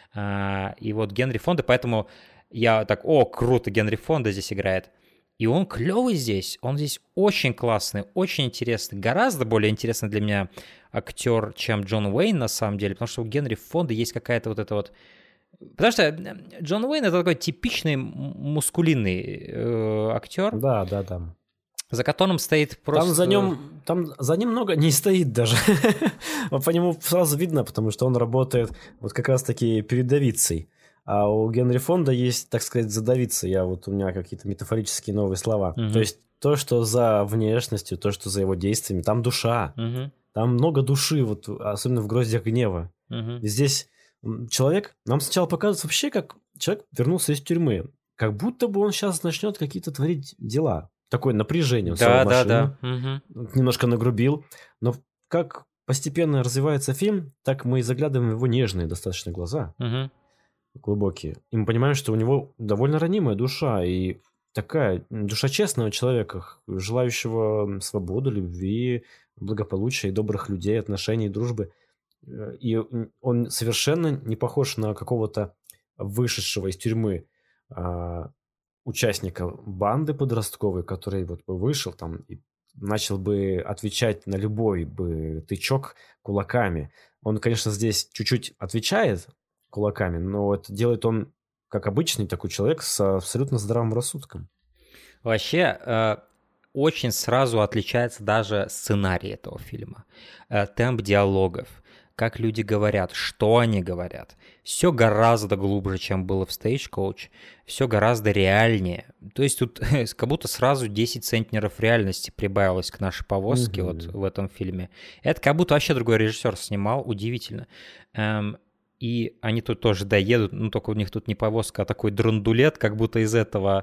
S2: И вот Генри Фонда, поэтому я так, о, круто, Генри Фонда здесь играет. И он клевый здесь, он здесь очень классный, очень интересный, гораздо более интересный для меня актер, чем Джон Уэйн на самом деле, потому что у Генри Фонда есть какая-то вот эта вот... Потому что Джон Уэйн — это такой типичный мускулинный э, актер.
S1: Да, да, да.
S2: За которым стоит просто...
S1: Там за ним, там за ним много не стоит даже. По нему сразу видно, потому что он работает вот как раз-таки передовицей. А у Генри Фонда есть, так сказать, задавиться. Я вот у меня какие-то метафорические новые слова.
S2: Uh-huh.
S1: То есть то, что за внешностью, то, что за его действиями, там душа.
S2: Uh-huh.
S1: Там много души, вот, особенно в «Гроздьях гнева».
S2: Uh-huh.
S1: И здесь человек, нам сначала показывается вообще, как человек вернулся из тюрьмы. Как будто бы он сейчас начнет какие-то творить дела. Такое напряжение.
S2: Да, да, да.
S1: Угу. Немножко нагрубил. Но как постепенно развивается фильм, так мы и заглядываем в его нежные достаточно глаза.
S2: Угу.
S1: Глубокие. И мы понимаем, что у него довольно ранимая душа. И такая душа честного человека, желающего свободы, любви, благополучия и добрых людей, отношений, дружбы. И он совершенно не похож на какого-то вышедшего из тюрьмы участника банды подростковой, который вот бы вышел там и начал бы отвечать на любой бы тычок кулаками. Он, конечно, здесь чуть-чуть отвечает кулаками, но это делает он как обычный такой человек с абсолютно здравым рассудком.
S2: Вообще, э, очень сразу отличается даже сценарий этого фильма. Э, темп диалогов, как люди говорят, что они говорят. Все гораздо глубже, чем было в Stagecoach. Все гораздо реальнее. То есть тут как будто сразу десять центнеров реальности прибавилось к нашей повозке mm-hmm. вот в этом фильме. Это как будто вообще другой режиссер снимал. Удивительно. Эм, и они тут тоже доедут. Ну, только у них тут не повозка, а такой драндулет, как будто из этого...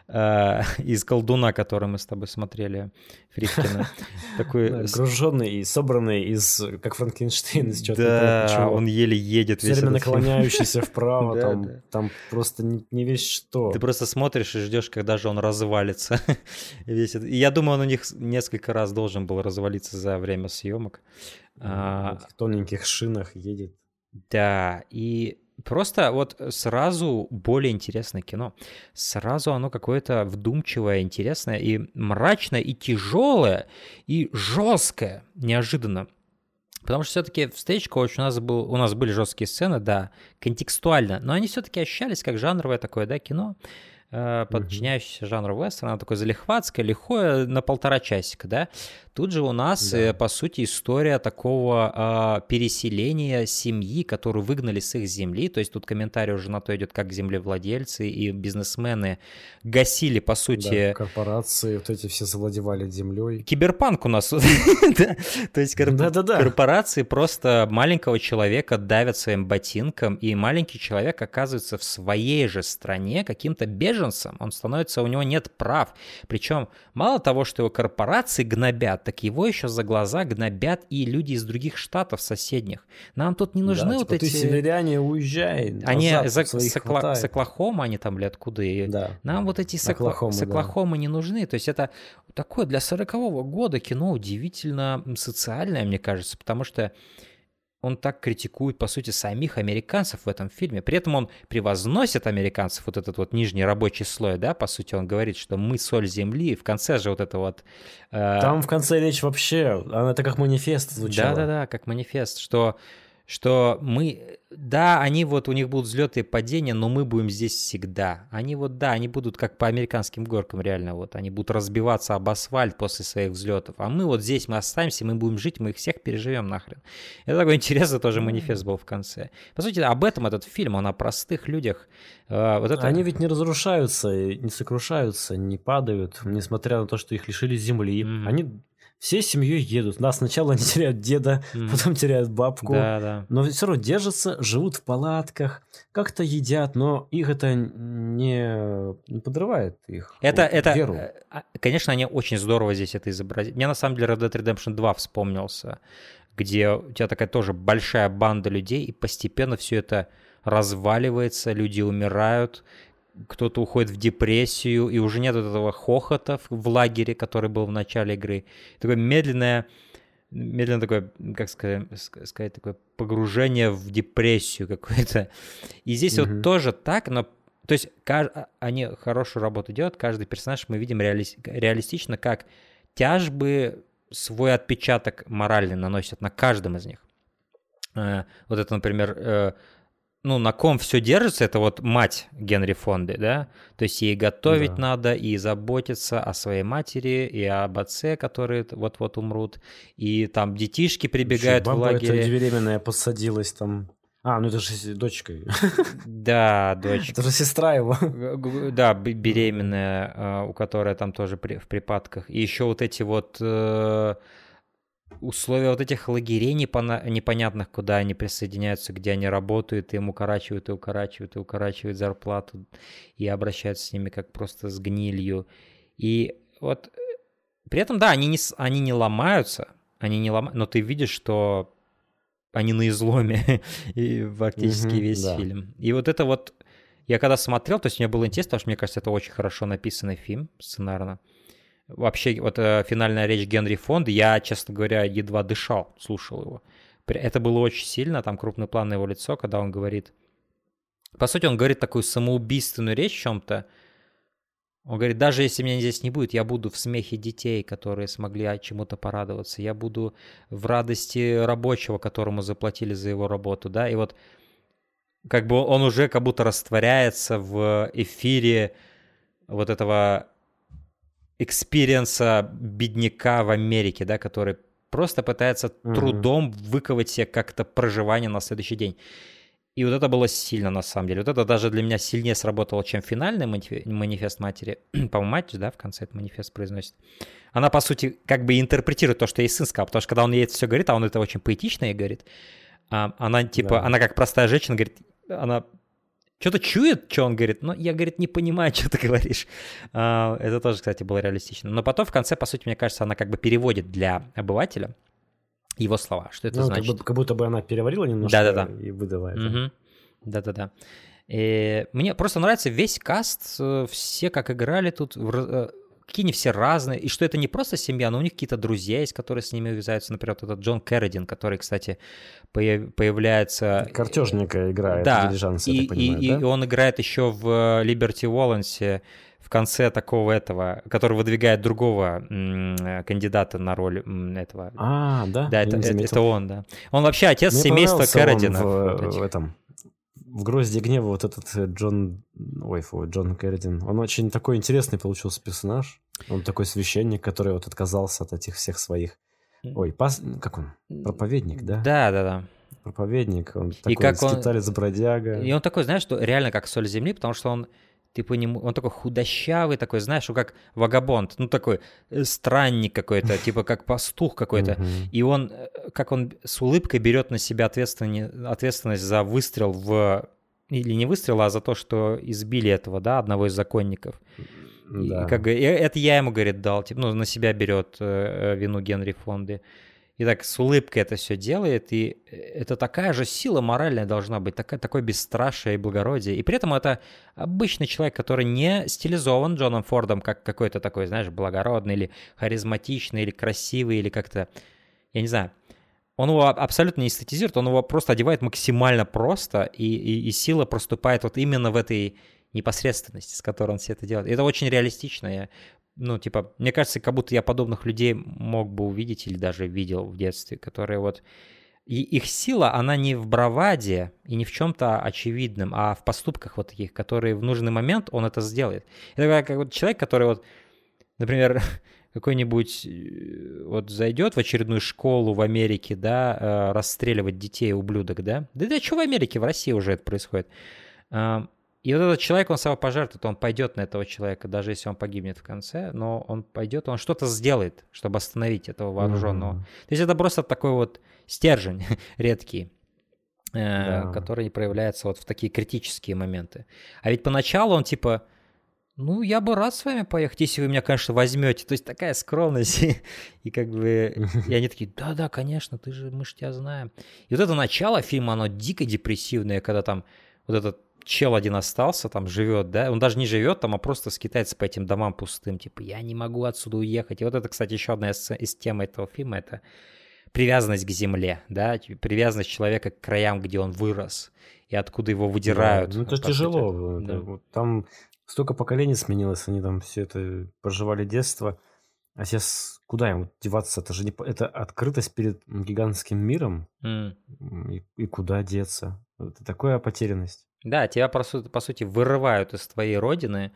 S2: из «Колдуна», который мы с тобой смотрели, Фридкина. Такой...
S1: Да, груженный и собранный из, как Франкенштейн, из чего-то.
S2: Да, он еле едет.
S1: Все время наклоняющийся вправо, там, там просто не весь что.
S2: Ты просто смотришь и ждешь, когда же он развалится. И я думаю, он у них несколько раз должен был развалиться за время съемок.
S1: На этих тоненьких шинах едет.
S2: Да, и... Просто вот сразу более интересное кино. Сразу оно какое-то вдумчивое, интересное, и мрачное, и тяжелое, и жесткое, неожиданно. Потому что все-таки в Stagecoach у нас, был, у нас были жесткие сцены, да, контекстуально, но они все-таки ощущались как жанровое такое, да, кино, э, подчиняющееся жанру вестерна, оно такое залихватское, лихое на полтора часика, да. Тут же у нас, да. э, по сути, история такого э, переселения семьи, которую выгнали с их земли, то есть тут комментарий уже на то идет, как землевладельцы и бизнесмены гасили, по сути...
S1: Да, корпорации, вот эти все завладевали землей.
S2: Киберпанк у нас, то есть корпорации просто маленького человека давят своим ботинком, и маленький человек оказывается в своей же стране каким-то беженцем, он становится, у него нет прав, причем мало того, что его корпорации гнобят, так его еще за глаза гнобят и люди из других штатов соседних. Нам тут не нужны
S1: да,
S2: вот
S1: типа
S2: эти...
S1: ты северяне, уезжай.
S2: Они за... с, Окла... с Оклахомы, они там, блядь, откуда?
S1: Да.
S2: Нам вот эти с, Окла... с Оклахомы да. не нужны. То есть это такое для сорокового года кино удивительно социальное, мне кажется, потому что он так критикует, по сути, самих американцев в этом фильме. При этом он превозносит американцев, вот этот вот нижний рабочий слой, да, по сути, он говорит, что мы соль земли, и в конце же вот это вот...
S1: Э... Там в конце речь вообще, это как манифест звучало.
S2: Да-да-да, как манифест, что... что мы, да, они вот, у них будут взлеты и падения, но мы будем здесь всегда. Они вот, да, они будут как по американским горкам реально, вот, они будут разбиваться об асфальт после своих взлетов, а мы вот здесь, мы останемся, мы будем жить, мы их всех переживем нахрен. Это такой интересный тоже манифест был в конце. По сути, об этом этот фильм, он о простых людях. Вот это...
S1: Они ведь не разрушаются, не сокрушаются, не падают, несмотря на то, что их лишили земли. Mm-hmm. Они... Всей семьей едут. Да, сначала они теряют деда, mm. потом теряют бабку.
S2: Да, да.
S1: Но все равно держатся, живут в палатках, как-то едят, но их это не, не подрывает их
S2: это,
S1: вот,
S2: это,
S1: веру.
S2: Конечно, они очень здорово здесь это изобразили. Мне на самом деле Red Dead Redemption два вспомнился, где у тебя такая тоже большая банда людей, и постепенно все это разваливается, люди умирают, кто-то уходит в депрессию, и уже нет вот этого хохота в лагере, который был в начале игры. Такое медленное, медленно такое, как сказать, сказать такое погружение в депрессию какое-то. И здесь mm-hmm. вот тоже так, но то есть они хорошую работу делают, каждый персонаж мы видим реали... реалистично, как тяжбы свой отпечаток моральный наносят на каждом из них. Вот это, например, ну, на ком все держится, это вот мать Генри Фонды, да, то есть ей готовить да. надо и заботиться о своей матери и об отце, которые вот-вот умрут, и там детишки прибегают
S1: баба
S2: в лагере.
S1: Эта беременная посадилась там. А, ну это же дочка.
S2: Да, дочка.
S1: Это же сестра его.
S2: Да, беременная, у которой там тоже в припадках. И еще вот эти вот... условия вот этих лагерей непонятных, куда они присоединяются, где они работают, им укорачивают и укорачивают и укорачивают зарплату и обращаются с ними как просто с гнилью. И вот при этом, да, они не, они не ломаются, они не ломаются, но ты видишь, что они на изломе и практически mm-hmm, весь да. фильм. И вот это вот, я когда смотрел, то есть мне было интересно, потому что мне кажется, это очень хорошо написанный фильм сценарно. Вообще, вот э, финальная речь Генри Фонды, я, честно говоря, едва дышал, слушал его. Это было очень сильно, там крупный план на его лицо, когда он говорит... По сути, он говорит такую самоубийственную речь в чем-то. Он говорит, даже если меня здесь не будет, я буду в смехе детей, которые смогли чему-то порадоваться. Я буду в радости рабочего, которому заплатили за его работу, да. И вот как бы он уже как будто растворяется в эфире вот этого... экспириенса бедняка в Америке, да, который просто пытается mm-hmm. трудом выковать себе как-то проживание на следующий день. И вот это было сильно, на самом деле. Вот это даже для меня сильнее сработало, чем финальный манифест матери. По-моему, мать, да, в конце этот манифест произносит. Она, по сути, как бы интерпретирует то, что ей сын сказал, потому что когда он ей это все говорит, а он это очень поэтично ей говорит, она, типа, да. она как простая женщина говорит, она... что-то чует, что он говорит, но я, говорит, не понимаю, что ты говоришь. Это тоже, кстати, было реалистично. Но потом в конце, по сути, мне кажется, она как бы переводит для обывателя его слова. Что это
S1: ну,
S2: значит?
S1: Как, бы, как будто бы она переварила немножко
S2: Да-да-да.
S1: и выдала это.
S2: Угу. Да-да-да. И мне просто нравится весь каст, все как играли тут, какие они все разные, и что это не просто семья, но у них какие-то друзья есть, которые с ними увязаются. Например, вот этот Джон Кэррадин, который, кстати, появляется...
S1: Картежника играет
S2: да,
S1: в «Дилижансе»,
S2: и,
S1: я так понимаю,
S2: и,
S1: да?
S2: и он играет еще в «Либерти Уолленсе», в конце такого этого, который выдвигает другого м- кандидата на роль м- этого.
S1: А, да?
S2: Да, это, это, это он, да. Он вообще отец
S1: Мне
S2: семейства Кэрридинов.
S1: В,
S2: вот
S1: в этом... В «Грозде гнева» вот этот Джон... Ой, фу, Джон Кэрридин. Он очень такой интересный получился персонаж. Он такой священник, который вот отказался от этих всех своих... Ой, пас... как он? Проповедник, да?
S2: Да, да, да.
S1: Проповедник. Он такой
S2: как
S1: скиталец-бродяга.
S2: И он такой, знаешь, что реально как соль земли, потому что он... Типа, он такой худощавый, такой, знаешь, как вагабонд, ну, такой странник какой-то, типа, как пастух какой-то. И он, как он с улыбкой берет на себя ответственность за выстрел в... Или не выстрел, а за то, что избили этого, да, одного из законников. Да. И, как, и это я ему, говорит, дал, типа, ну, на себя берет э, вину Генри Фонды. И так с улыбкой это все делает, и это такая же сила моральная должна быть, такая, такое бесстрашие и благородие. И при этом это обычный человек, который не стилизован Джоном Фордом как какой-то такой, знаешь, благородный или харизматичный, или красивый, или как-то, я не знаю. Он его абсолютно не эстетизирует, он его просто одевает максимально просто, и, и, и сила проступает вот именно в этой непосредственности, с которой он все это делает. И это очень реалистично. Я, ну, типа, мне кажется, как будто я подобных людей мог бы увидеть или даже видел в детстве, которые вот... И их сила, она не в браваде и не в чем-то очевидном, а в поступках вот таких, которые в нужный момент он это сделает. Это как вот человек, который вот, например... какой-нибудь вот зайдет в очередную школу в Америке, да, расстреливать детей, ублюдок, да? Да это что в Америке, в России уже это происходит. И вот этот человек, он самопожертвует, он пойдет на этого человека, даже если он погибнет в конце, но он пойдет, он что-то сделает, чтобы остановить этого вооруженного. Mm-hmm. То есть это просто такой вот стержень редкий, да. который проявляется вот в такие критические моменты. А ведь поначалу он типа... Ну, я бы рад с вами поехать, если вы меня, конечно, возьмете. То есть такая скромность. И, и как бы... И они такие, да-да, конечно, ты же, мы же тебя знаем. И вот это начало фильма, оно дико депрессивное, когда там вот этот чел один остался, там живет, да? Он даже не живет там, а просто скитается по этим домам пустым. Типа, я не могу отсюда уехать. И вот это, кстати, еще одна из, из тем этого фильма. Это привязанность к земле, да? Привязанность человека к краям, где он вырос. И откуда его выдирают.
S1: Да, ну, это тяжело. Да. Это, там... Столько поколений сменилось, они там все это проживали детство. А сейчас куда им деваться? Это же не... Это открытость перед гигантским миром. Mm. И, и куда деться? Это такая потерянность.
S2: Да, тебя, по, су- по сути, вырывают из твоей родины.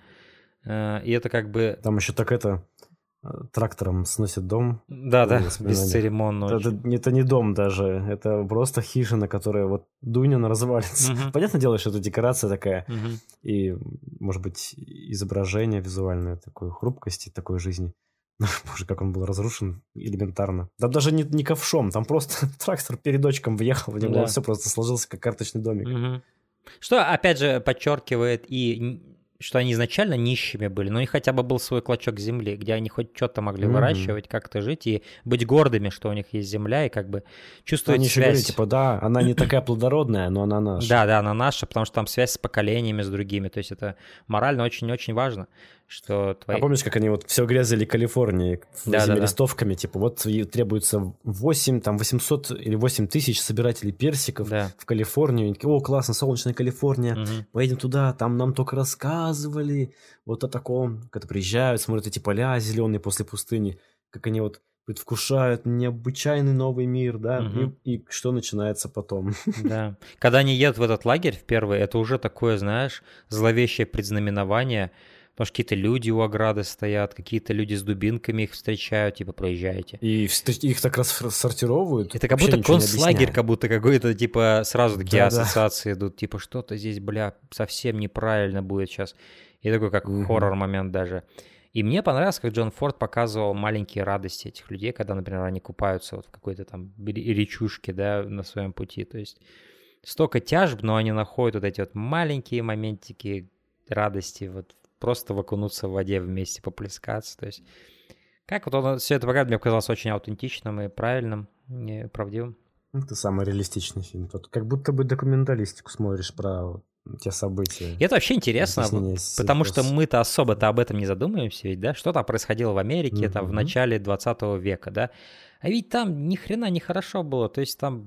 S2: Э- и это как бы...
S1: Там еще так это... Трактором сносят дом.
S2: Да-да, бесцеремонно.
S1: Это, это, это не дом даже, это просто хижина, которая вот Дунина развалится. Uh-huh. Понятное дело, что это декорация такая, uh-huh. и, может быть, изображение визуальное такой хрупкости, такой жизни. Боже, как он был разрушен элементарно. Там даже не, не ковшом, там просто трактор передочком въехал в него, да. Все просто сложился, как карточный домик.
S2: Uh-huh. Что, опять же, подчеркивает и... что они изначально нищими были, но у них хотя бы был свой клочок земли, где они хоть что-то могли mm-hmm. выращивать, как-то жить и быть гордыми, что у них есть земля, и как бы чувствовать
S1: они
S2: связь.
S1: Они еще говорят, типа, да, она не такая плодородная, но она наша.
S2: Да, да, она наша, потому что там связь с поколениями, с другими, то есть это морально очень-очень важно, что твои...
S1: А помнишь, как они вот все грезили Калифорнией да, этими да, листовками, да. типа, вот требуется восемь, там, восемьсот или восемь тысяч собирателей персиков да. в Калифорнию, они такие, о, классно, солнечная Калифорния, угу. поедем туда, там нам только рассказывали вот о таком, когда приезжают, смотрят эти поля зеленые после пустыни, как они вот предвкушают необычайный новый мир, да, угу. и, и что начинается потом.
S2: Да, когда они едут в этот лагерь в первый, это уже такое, знаешь, зловещее предзнаменование, потому что какие-то люди у ограды стоят, какие-то люди с дубинками их встречают, типа, проезжайте.
S1: И их так рассортировывают.
S2: Это как будто концлагерь, как будто какой-то, типа, сразу такие да, ассоциации да. идут, типа, что-то здесь, бля, совсем неправильно будет сейчас. И такой, как угу. хоррор-момент даже. И мне понравилось, как Джон Форд показывал маленькие радости этих людей, когда, например, они купаются вот в какой-то там речушке, да, на своем пути. То есть столько тяжб, но они находят вот эти вот маленькие моментики радости, вот просто окунуться в воде вместе, поплескаться. То есть как вот он все это показывает, мне показалось очень аутентичным и правильным, и правдивым.
S1: Это самый реалистичный фильм. Тут как будто бы документалистику смотришь про те события.
S2: И это вообще интересно, потому что мы-то особо-то об этом не задумываемся, ведь, да? Что там происходило в Америке mm-hmm. там, в начале двадцатого века, да? А ведь там ни хрена не хорошо было, то есть там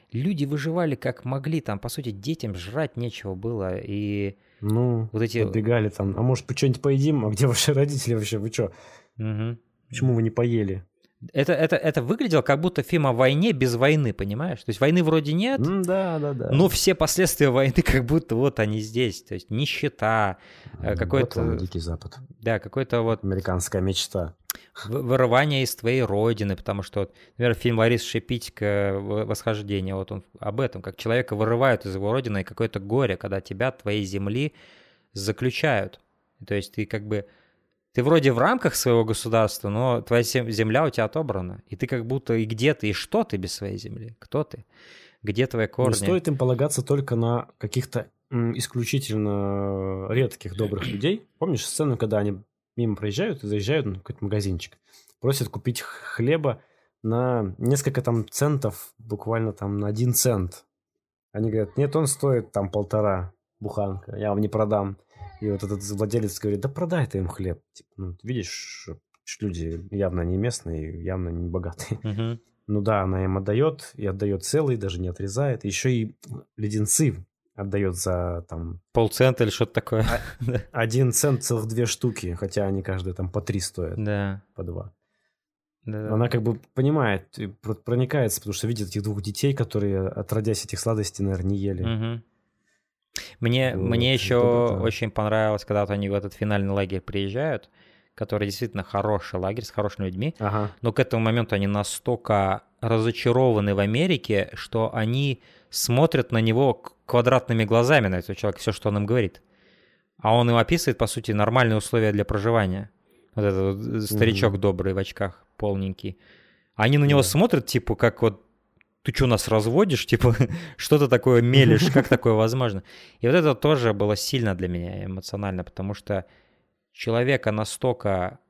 S2: люди выживали как могли, там, по сути, детям жрать нечего было, и
S1: Ну,
S2: вот эти...
S1: подбегали там, а может, что-нибудь поедим? А где ваши родители вообще? Вы что?
S2: Угу.
S1: Почему вы не поели?
S2: Это, это, это выглядело как будто фильм о войне без войны, понимаешь? То есть войны вроде нет,
S1: М, да, да, да.
S2: но все последствия войны как будто вот они здесь. То есть нищета, э,
S1: Вот
S2: какой-то...
S1: он, Дикий Запад.
S2: Да, какой-то вот
S1: Американская мечта.
S2: вы- вырывание из твоей родины, потому что, вот, например, фильм Ларисы Шипитько «Восхождение», вот он об этом, как человека вырывают из его родины, и какое-то горе, когда тебя, твоей земли, заключают. То есть ты как бы... Ты вроде в рамках своего государства, но твоя сем- земля у тебя отобрана. И ты как будто и где ты, и что ты без своей земли? Кто ты? Где твои корни?
S1: Не стоит им полагаться только на каких-то м, исключительно редких добрых людей. Помнишь сцену, когда они мимо проезжают и заезжают на какой-то магазинчик, просят купить хлеба на несколько там центов, буквально там на один цент. Они говорят, нет, он стоит там полтора буханка, я вам не продам. И вот этот владелец говорит, да продай ты им хлеб. Типа, ну, ты видишь, что люди явно не местные, явно не богатые.
S2: Мгм.
S1: Ну да, она им отдает, и отдает целый, даже не отрезает. Еще и леденцы отдает за там
S2: Полцента или что-то такое. Да.
S1: один цент целых две штуки, хотя они каждые там по три стоят,
S2: Да.
S1: по два.
S2: Да.
S1: Она как бы понимает, и про- проникается, потому что видит этих двух детей, которые, отродясь этих сладостей, наверное, не ели.
S2: Мгм. Мне,
S1: Вот,
S2: мне еще
S1: доброта.
S2: очень понравилось, когда вот они в этот финальный лагерь приезжают, который действительно хороший лагерь с хорошими людьми,
S1: Ага.
S2: но к этому моменту они настолько разочарованы в Америке, что они смотрят на него к- квадратными глазами, на этого человека, все, что он им говорит. А он им описывает, по сути, нормальные условия для проживания. Вот этот вот старичок
S1: Мгм.
S2: добрый в очках, полненький. Они на него
S1: Да.
S2: смотрят, типа, как вот ты что, нас разводишь? Типа, что ты такое мелешь? Как такое возможно? И вот это тоже было сильно для меня эмоционально, потому что человека настолько,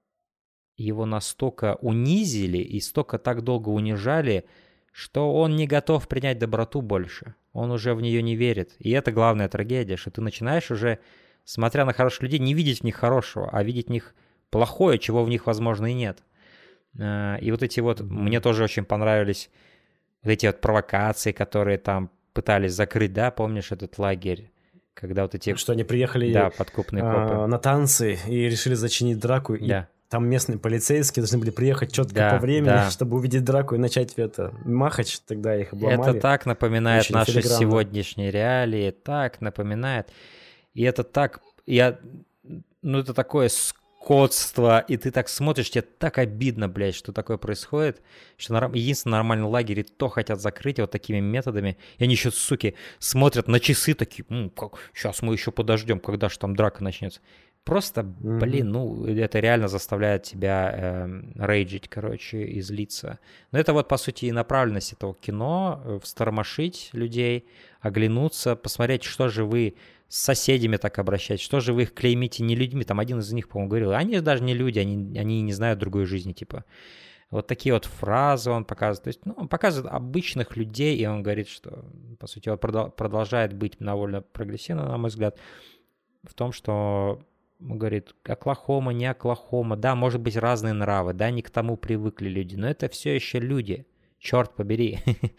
S2: его настолько унизили и столько так долго унижали, что он не готов принять доброту больше. Он уже в нее не верит. И это главная трагедия, что ты начинаешь уже, смотря на хороших людей, не видеть в них хорошего, а видеть в них плохое, чего в них, возможно, и нет. А, И вот эти вот, мне тоже очень понравились вот эти вот провокации, которые там пытались закрыть, да, помнишь этот лагерь, когда вот эти,
S1: Что они приехали
S2: да, подкупные
S1: а,
S2: копы.
S1: на танцы и решили зачинить драку. И
S2: Да.
S1: там местные полицейские должны были приехать четко
S2: Да,
S1: по времени,
S2: да.
S1: чтобы увидеть драку и начать это махач. Тогда их обломали.
S2: Это так напоминает
S1: Очень
S2: наши
S1: филигранно.
S2: сегодняшние реалии, так напоминает. И это так, я, ну это такое скотство, и ты так смотришь, тебе так обидно, блядь, что такое происходит, что норм- единственный нормальный лагерь, и то хотят закрыть вот такими методами, и они еще, суки, смотрят на часы такие, «М, как, сейчас мы еще подождем, когда же там драка начнется». Просто,
S1: Мгм.
S2: блин, ну, это реально заставляет тебя эм, рейджить, короче, и злиться. Но это вот, по сути, и направленность этого кино, э, встормошить людей, оглянуться, посмотреть, что же вы с соседями так обращаетесь, что же вы их клеймите не людьми. Там один из них, по-моему, говорил, они же даже не люди, они, они не знают другой жизни, типа. Вот такие вот фразы он показывает. То есть, ну, он показывает обычных людей, и он говорит, что, по сути, он продол- продолжает быть довольно прогрессивным, на мой взгляд, в том, что он говорит, Оклахома, не Оклахома, да, может быть, разные нравы, да, не к тому привыкли люди, но это все еще люди, черт побери.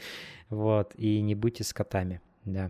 S2: Вот, и не будьте скотами, да.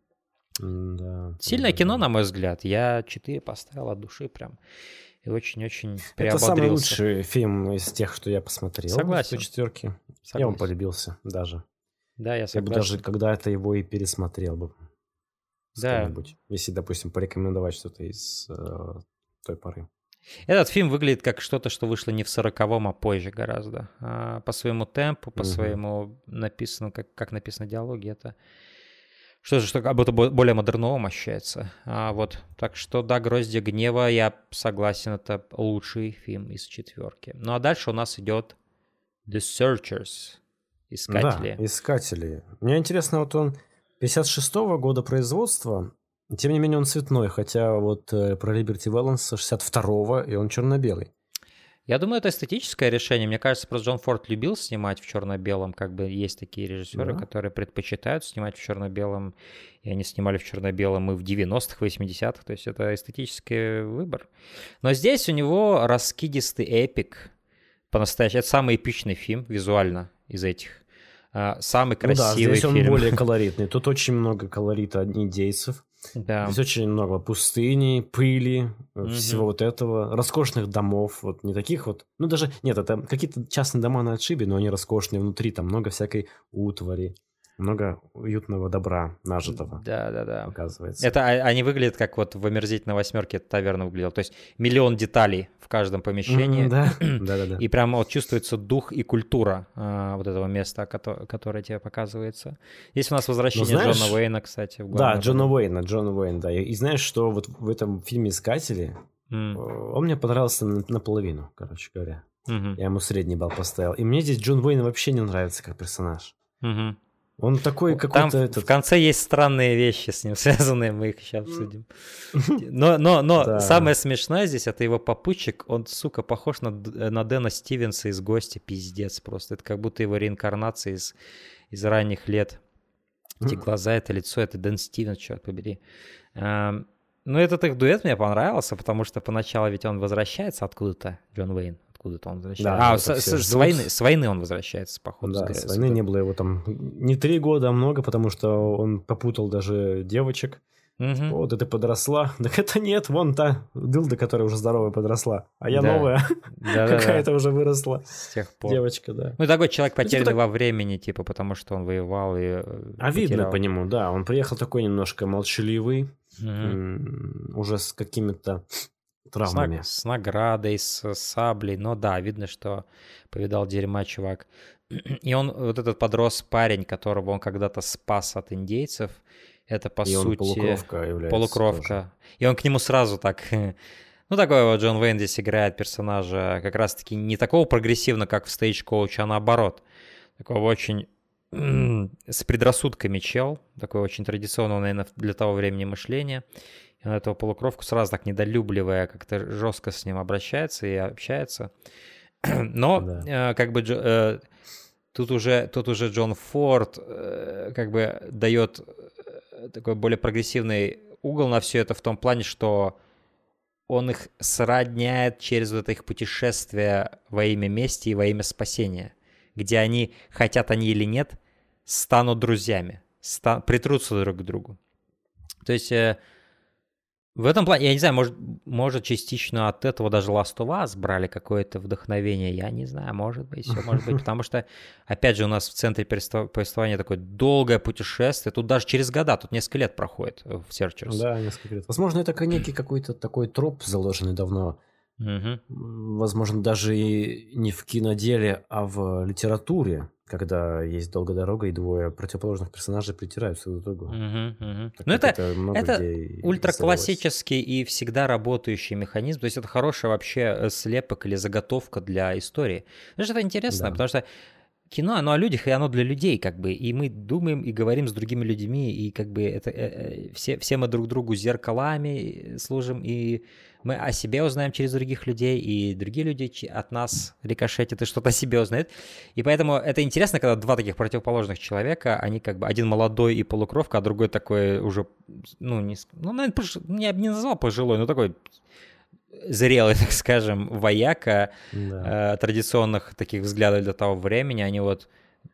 S1: М, Да.
S2: Сильное
S1: Да,
S2: кино,
S1: да.
S2: на мой взгляд. Я четыре поставил от души прям. И очень-очень
S1: Это самый
S2: приободрился.
S1: лучший фильм из тех, что я посмотрел.
S2: Согласен.
S1: четверки. Я
S2: Согласен.
S1: вам полюбился даже.
S2: Да, я
S1: Я бы
S2: согласен.
S1: даже когда-то его и пересмотрел бы. С
S2: Да.
S1: кем-нибудь. Если, допустим, порекомендовать что-то из э, той поры.
S2: Этот фильм выглядит как что-то, что вышло не в сороковом, а позже гораздо. А по своему темпу, по
S1: Мгм.
S2: своему написанному, как, как написано диалоги, это что же, что как будто бо- более модерновым ощущается. А вот, так что, да, «Гроздья гнева», я согласен, это лучший фильм из четверки. Ну а дальше у нас идет The Searchers, Искатели.
S1: Да, «Искатели». Мне интересно, вот он пятьдесят шестого года производства, тем не менее он цветной, хотя вот э, про Liberty Valance шестьдесят второго, и он черно-белый.
S2: Я думаю, это эстетическое решение. Мне кажется, просто Джон Форд любил снимать в черно-белом. Как бы есть такие режиссеры,
S1: Да.
S2: которые предпочитают снимать в черно-белом. И они снимали в черно-белом и в девяностых, восьмидесятых. То есть это эстетический выбор. Но здесь у него раскидистый эпик. По-настоящему. Это самый эпичный фильм визуально из этих. самый красивый
S1: ну да, здесь
S2: фильм.
S1: он более колоритный. Тут очень много колорита индейцев.
S2: Да.
S1: Здесь очень много пустыни, пыли,
S2: Мгм.
S1: всего вот этого, роскошных домов, вот не таких вот, ну даже, нет, это какие-то частные дома на отшибе, но они роскошные внутри, там много всякой утвари, много уютного добра нажитого,
S2: Да, да, да.
S1: оказывается.
S2: Это а- они выглядят как вот в «Омерзительной восьмерке» таверна выглядела. То есть миллион деталей в каждом помещении.
S1: М, Да, да, да, да.
S2: И прямо вот чувствуется дух и культура а, вот этого места, кото- которое тебе показывается. Есть у нас возвращение
S1: Ну, знаешь,
S2: Джона Уэйна, кстати, в
S1: Да,
S2: главной
S1: Джона
S2: роли.
S1: Уэйна, Джона Уэйн, да. И, и знаешь, что вот в этом фильме «Искатели»
S2: М,
S1: э, он мне понравился на- наполовину, короче говоря.
S2: мгм,
S1: Я ему средний балл поставил. И мне здесь Джон Уэйн вообще не нравится как персонаж.
S2: мгм.
S1: Он такой
S2: Там
S1: какой-то
S2: в,
S1: этот...
S2: в конце есть странные вещи с ним связанные, мы их сейчас обсудим. Но, но, но
S1: Да.
S2: самое смешное здесь, это его попутчик, он, сука, похож на, Д- на Дэна Стивенса из «Гостя», пиздец просто. Это как будто его реинкарнация из, из ранних лет. Эти глаза, это лицо, это Дэн Стивенс, черт побери. Эм, Ну, этот их дуэт мне понравился, потому что поначалу ведь он возвращается откуда-то, Джон Уэйн, откуда-то он возвращается.
S1: Да,
S2: а,
S1: это
S2: с,
S1: все
S2: с- с
S1: ждут.
S2: войны, с войны он возвращается, походу.
S1: Да,
S2: с-
S1: с
S2: с
S1: войны
S2: вот
S1: не было его там не три года, а много, потому что он попутал даже девочек.
S2: Мгм.
S1: Вот, и ты подросла. Так это нет, вон та дылда, которая уже здоровая подросла. А я
S2: Да.
S1: новая,
S2: Да-да-да.
S1: какая-то уже выросла.
S2: С тех пор.
S1: Девочка, да.
S2: Ну, такой человек
S1: Ну, типа
S2: потерянный
S1: так-
S2: во времени, типа, потому что он воевал и э,
S1: А видно
S2: потерял.
S1: по нему, да. Он приехал такой немножко молчаливый,
S2: Мгм.
S1: м, уже с какими-то
S2: С,
S1: травмами.
S2: наг- с наградой, с саблей. Но да, видно, что повидал дерьма чувак. И он, вот этот подрос парень, которого он когда-то спас от индейцев, это, по
S1: И он
S2: сути,
S1: полукровка является
S2: полукровка.
S1: тоже.
S2: И он к нему сразу так... Ну, такой вот Джон Уэйн здесь играет персонажа как раз-таки не такого прогрессивно, как в Stagecoach, а наоборот. Такого очень м, с предрассудками чел. Такой очень традиционного, наверное, для того времени мышления. И он этого полукровку сразу так недолюбливая, как-то жестко с ним обращается и общается. Но
S1: Да.
S2: э, как бы Джо- э, тут уже тут уже Джон Форд э, как бы дает э, такой более прогрессивный угол на все это в том плане, что он их сродняет через вот это их путешествие во имя мести и во имя спасения, где они, хотят они или нет, станут друзьями, ста- притрутся друг к другу. То есть э, в этом плане, я не знаю, может, может частично от этого даже Last of Us брали какое-то вдохновение, я не знаю, может быть, все может быть, потому что, опять же, у нас в центре повество- повествования такое долгое путешествие, тут даже через года, тут несколько лет проходит э, в Searchers.
S1: Да, несколько лет. Возможно, это как некий какой-то такой троп, заложенный давно.
S2: Мгм.
S1: М, Возможно, даже и не в киноделе, а в литературе, когда есть долгая дорога, и двое противоположных персонажей притираются друг к другу.
S2: Мгм, мгм.
S1: Так
S2: Ну,
S1: как
S2: это,
S1: много
S2: это
S1: где и
S2: ультраклассический и всегда работающий механизм. То есть это хороший вообще э, слепок или заготовка для истории. Потому что это интересно,
S1: Да.
S2: потому что кино, оно о людях, и оно для людей, как бы. И мы думаем и говорим с другими людьми, и как бы это э, э, все, все мы друг другу зеркалами служим, и мы о себе узнаем через других людей, и другие люди чи- от нас рикошетят и что-то о себе узнают. И поэтому это интересно, когда два таких противоположных человека, они как бы один молодой и полукровка, а другой такой уже, ну, не, с- ну, наверное, пож- я бы не назвал пожилой, но такой зрелый, так скажем, вояка
S1: Да.
S2: э, традиционных таких взглядов для того времени, они вот,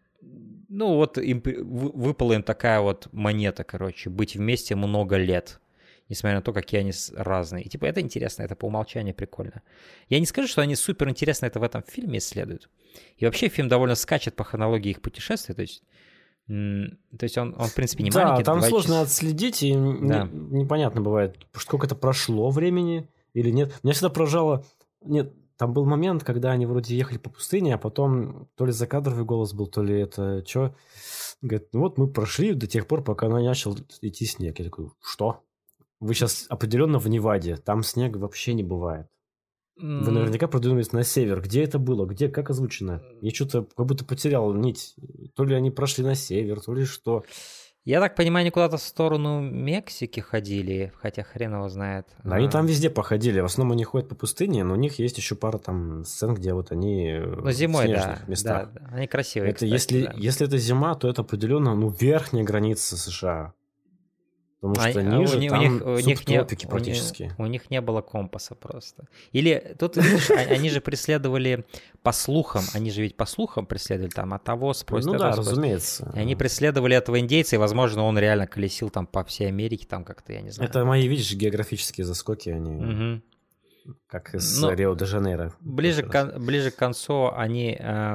S2: ну вот им при- вы- выпала им такая вот монета, короче, быть вместе много лет, несмотря на то, какие они с- разные. И типа это интересно, это по умолчанию прикольно. Я не скажу, что они супер интересно это в этом фильме исследуют. И вообще фильм довольно скачет по хронологии их путешествий, то есть, м, то есть он, он в принципе не
S1: Да,
S2: маленький.
S1: там
S2: два
S1: сложно
S2: часа.
S1: отследить, и не-
S2: Да.
S1: непонятно бывает, сколько это прошло времени или нет. Меня всегда поражало... Нет, там был момент, когда они вроде ехали по пустыне, а потом то ли закадровый голос был, то ли это что. Говорит, ну вот мы прошли до тех пор, пока начал идти снег. Я такой, что? Вы сейчас определенно в Неваде, там снега вообще не бывает. Вы
S2: М,
S1: наверняка продвинулись на север. Где это было? Где? Как озвучено? Я что-то как будто потерял нить. То ли они прошли на север, то ли что.
S2: Я так понимаю, они куда-то в сторону Мексики ходили, хотя хрен его знает.
S1: Да, они
S2: А,
S1: там везде походили. В основном они ходят по пустыне, но у них есть еще пара там сцен, где вот они э,
S2: Ну,
S1: в
S2: зимой, да,
S1: снежных местах.
S2: да, да. Они красивые,
S1: Это
S2: кстати,
S1: если,
S2: да.
S1: если это зима, то это определенно ну, верхняя граница США. Потому
S2: А-
S1: что
S2: а
S1: ниже
S2: у, ни- у
S1: там
S2: них, у, них не,
S1: субтропики
S2: у, ни-
S1: практически.
S2: у них не было компаса просто. Или тут, видишь, а- они же преследовали по слухам, они же ведь по слухам преследовали, там, от того спросит,
S1: Ну
S2: от
S1: да,
S2: того спросит.
S1: разумеется.
S2: И они преследовали этого индейца, и, возможно, он реально колесил там по всей Америке, там как-то, я не знаю.
S1: Это мои, видишь, географические заскоки, они
S2: Мгм.
S1: как из
S2: Ну,
S1: Рио-де-Жанейро.
S2: Ближе,
S1: в
S2: к,
S1: прошлый раз.
S2: кон- ближе к концу они э,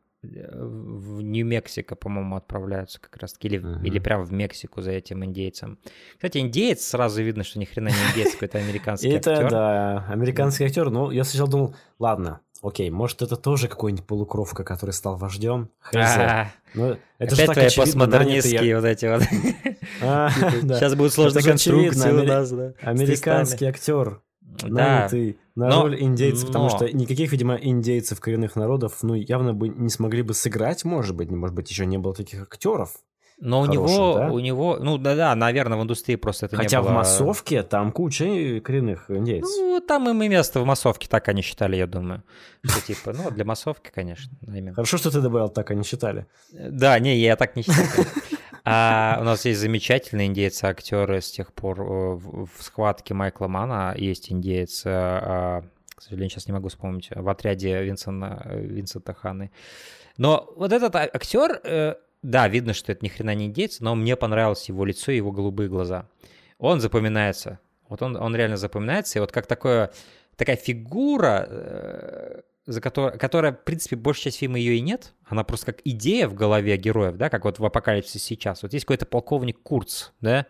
S2: в Нью-Мексико, по-моему, отправляются как раз-таки, или,
S1: Мгм.
S2: или прям в Мексику за этим индейцем. Кстати, индеец, сразу видно, что ни хрена не индеец, какой-то американский
S1: Это,
S2: актер.
S1: да, американский актер. Но я сначала думал, ладно, окей, может, это тоже какой-нибудь полукровка, который стал вождем. Хз.
S2: А,
S1: Но это же
S2: Опять
S1: так
S2: твои
S1: очевидно,
S2: постмодернистские
S1: нанятый-
S2: вот эти вот.
S1: А, да.
S2: Сейчас будут сложные
S1: Это же очевидно,
S2: конструкции у
S1: амери-
S2: нас, да. с
S1: Американский актер,
S2: крестами. Да,
S1: нанятый на
S2: но-
S1: роль индейца, потому
S2: но-
S1: что никаких, видимо, индейцев коренных народов, ну, явно бы не смогли бы сыграть, может быть, может быть, еще не было таких актеров.
S2: но у
S1: хороших,
S2: него,
S1: да?
S2: у него, ну да-да, наверное, в индустрии просто это
S1: Хотя
S2: не было...
S1: в массовке там куча коренных индейцев.
S2: Ну, там им и место в массовке, так они считали, я думаю. Что типа, ну, для массовки, конечно. именно.
S1: Хорошо, что ты добавил, так они считали.
S2: Да, не, я так не считаю. А у нас есть замечательные индейцы-актеры с тех пор э, в, в схватке Майкла Мана. Есть индеец, э, э, к сожалению, сейчас не могу вспомнить, в отряде Винсента, Винсента Ханы. Но вот этот а- актер, э, да, видно, что это ни хрена не индейец, но мне понравилось его лицо и его голубые глаза. Он запоминается. Вот он, он реально запоминается. И вот как такое, такая фигура, э, за которой, которая, в принципе, большая часть фильма ее и нет. Она просто как идея в голове героев, да, как вот в «Апокалипсисе» сейчас. Вот есть какой-то полковник Курц, да,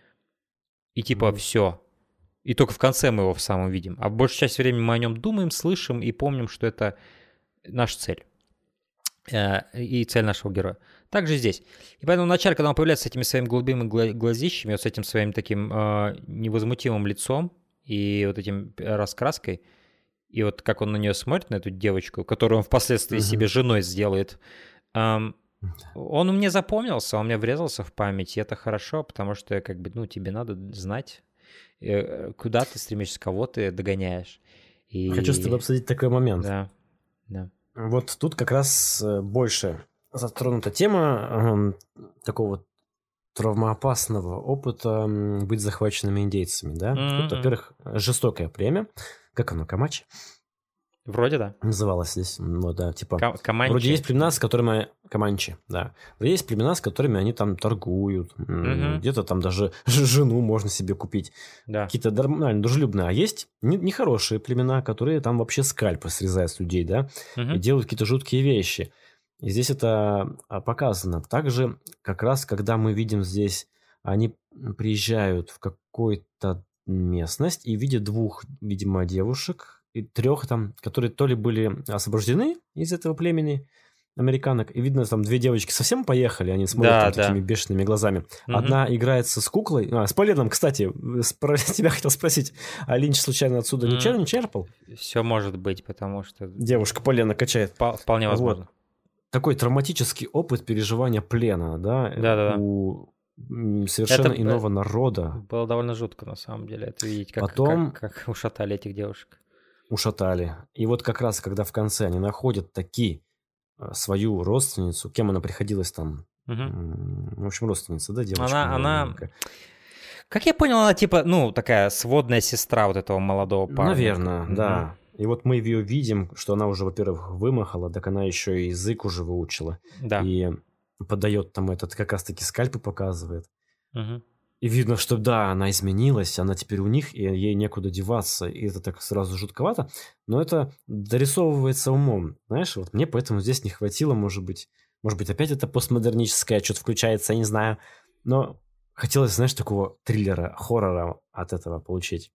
S2: и типа
S1: Мгм.
S2: все. И только в конце мы его в самом видим. А большую часть времени мы о нем думаем, слышим и помним, что это наша цель. Э, И цель нашего героя. Так же здесь. И поэтому вначале, когда он появляется с этими своими голубыми гла- глазищами, вот с этим своим таким э, невозмутимым лицом и вот этим раскраской, и вот как он на нее смотрит, на эту девочку, которую он впоследствии
S1: Мгм.
S2: себе женой сделает, эм, он мне запомнился, он мне врезался в память, и это хорошо, потому что как бы, ну, тебе надо знать, э, куда ты стремишься, кого ты догоняешь. И...
S1: Хочу с тобой обсудить такой момент.
S2: Да, да.
S1: Вот тут как раз э, больше затронута тема эм, такого травмоопасного опыта м, быть захваченными индейцами, да?
S2: Мгм.
S1: Тут, во-первых, жестокое племя. Как оно, Камачи?
S2: Вроде да.
S1: Называлось здесь. Ну да, типа...
S2: Ка- Команчи.
S1: Вроде есть племена, с которыми... Команчи, да. Вроде есть племена, с которыми они там торгуют. м,
S2: Мгм.
S1: Где-то там даже ж- жену можно себе купить.
S2: Да.
S1: Какие-то нормально дружелюбные. А есть не- нехорошие племена, которые там вообще скальпы срезают с людей, да?
S2: Мгм.
S1: И делают какие-то жуткие вещи. И здесь это а, показано. Также как раз, когда мы видим здесь, они приезжают в какую-то местность и видят двух, видимо, девушек и трех там, которые то ли были освобождены из этого племени американок, и видно, там две девочки совсем поехали, они смотрят
S2: Да,
S1: там
S2: да.
S1: такими бешеными глазами.
S2: Мгм.
S1: Одна играется с куклой. А, с Поленом, кстати, про тебя хотел спросить, а Линч случайно отсюда не
S2: М.
S1: чер- не черпал?
S2: Все может быть, потому что
S1: Девушка Полена качает.
S2: впо- вполне возможно.
S1: Такой травматический опыт переживания плена, да,
S2: Да-да-да.
S1: у м, совершенно
S2: Это, э,
S1: иного народа
S2: Было довольно жутко, на самом деле, это видеть, как,
S1: Потом-
S2: как, как ушатали этих девушек.
S1: ушатали. И вот как раз, когда в конце они находят таки э, свою родственницу, кем она приходилась там,
S2: Мгм.
S1: м, в общем, родственница, да, девочка?
S2: Она- она-
S1: маленькая?
S2: Как я понял, она типа, ну, такая сводная сестра вот этого молодого парня.
S1: Наверное,
S2: Мгм.
S1: да. И вот мы ее видим, что она уже, во-первых, вымахала, так она еще и язык уже выучила.
S2: Да.
S1: И подает там этот, как раз-таки скальпы показывает.
S2: Мгм.
S1: И видно, что да, она изменилась, она теперь у них, и ей некуда деваться, и это так сразу жутковато, но это дорисовывается умом, знаешь, вот мне поэтому здесь не хватило, может быть, может быть, опять это постмодерническое что-то включается, я не знаю, но хотелось, знаешь, такого триллера, хоррора от этого получить.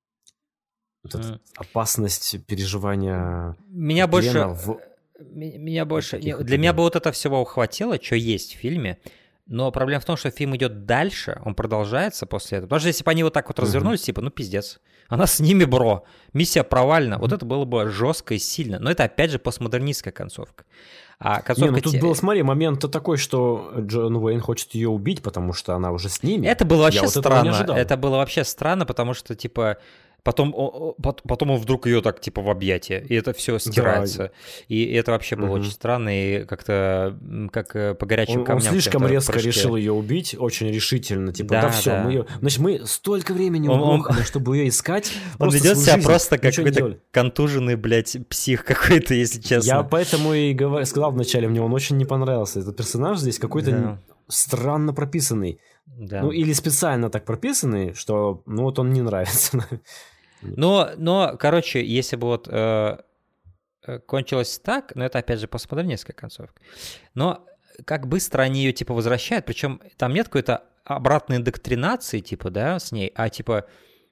S1: Вот эта
S2: Мгм.
S1: опасность переживания
S2: Меня больше...
S1: плена в-
S2: М- Меня больше...
S1: таких
S2: не- Для меня
S1: эпидемий.
S2: бы вот это всего хватило, что есть в фильме, но проблема в том, что фильм идет дальше, он продолжается после этого. Потому что если бы они вот так вот
S1: Мгм.
S2: развернулись, типа, ну пиздец, она с ними, бро, миссия провальна. Вот это было бы жестко и сильно. Но это опять же постмодернистская концовка. А
S1: Не,
S2: концовка...
S1: ну тут
S2: те-
S1: был, смотри, момент такой, что Джон Уэйн хочет ее убить, потому что она уже с ними.
S2: Это было
S1: Я
S2: вообще
S1: вот этого не
S2: странно.
S1: ожидал.
S2: Это было вообще странно, потому что, типа, Потом, потом он вдруг ее так, типа, в объятия, и это все стирается. Да. И это вообще было угу. очень странно, и как-то, как по горячим
S1: он,
S2: камням.
S1: Он слишком резко прыжки. решил ее убить, очень решительно, типа, да, да все, да. мы ее... Значит, мы столько времени угрохали, чтобы ее искать.
S2: Он ведет себя просто как какой-то контуженный, блядь, псих какой-то, если честно.
S1: Я поэтому и говор... сказал вначале, мне он очень не понравился. Этот персонаж здесь какой-то да. странно прописанный. Да. Ну, или специально так прописанный, что, ну, вот он не нравится.
S2: Но, но, короче, если бы вот э, кончилось так, но это, опять же, постмодернистская концовка, но как быстро они ее, типа, возвращают, причем там нет какой-то обратной индоктринации, типа, да, с ней, а, типа,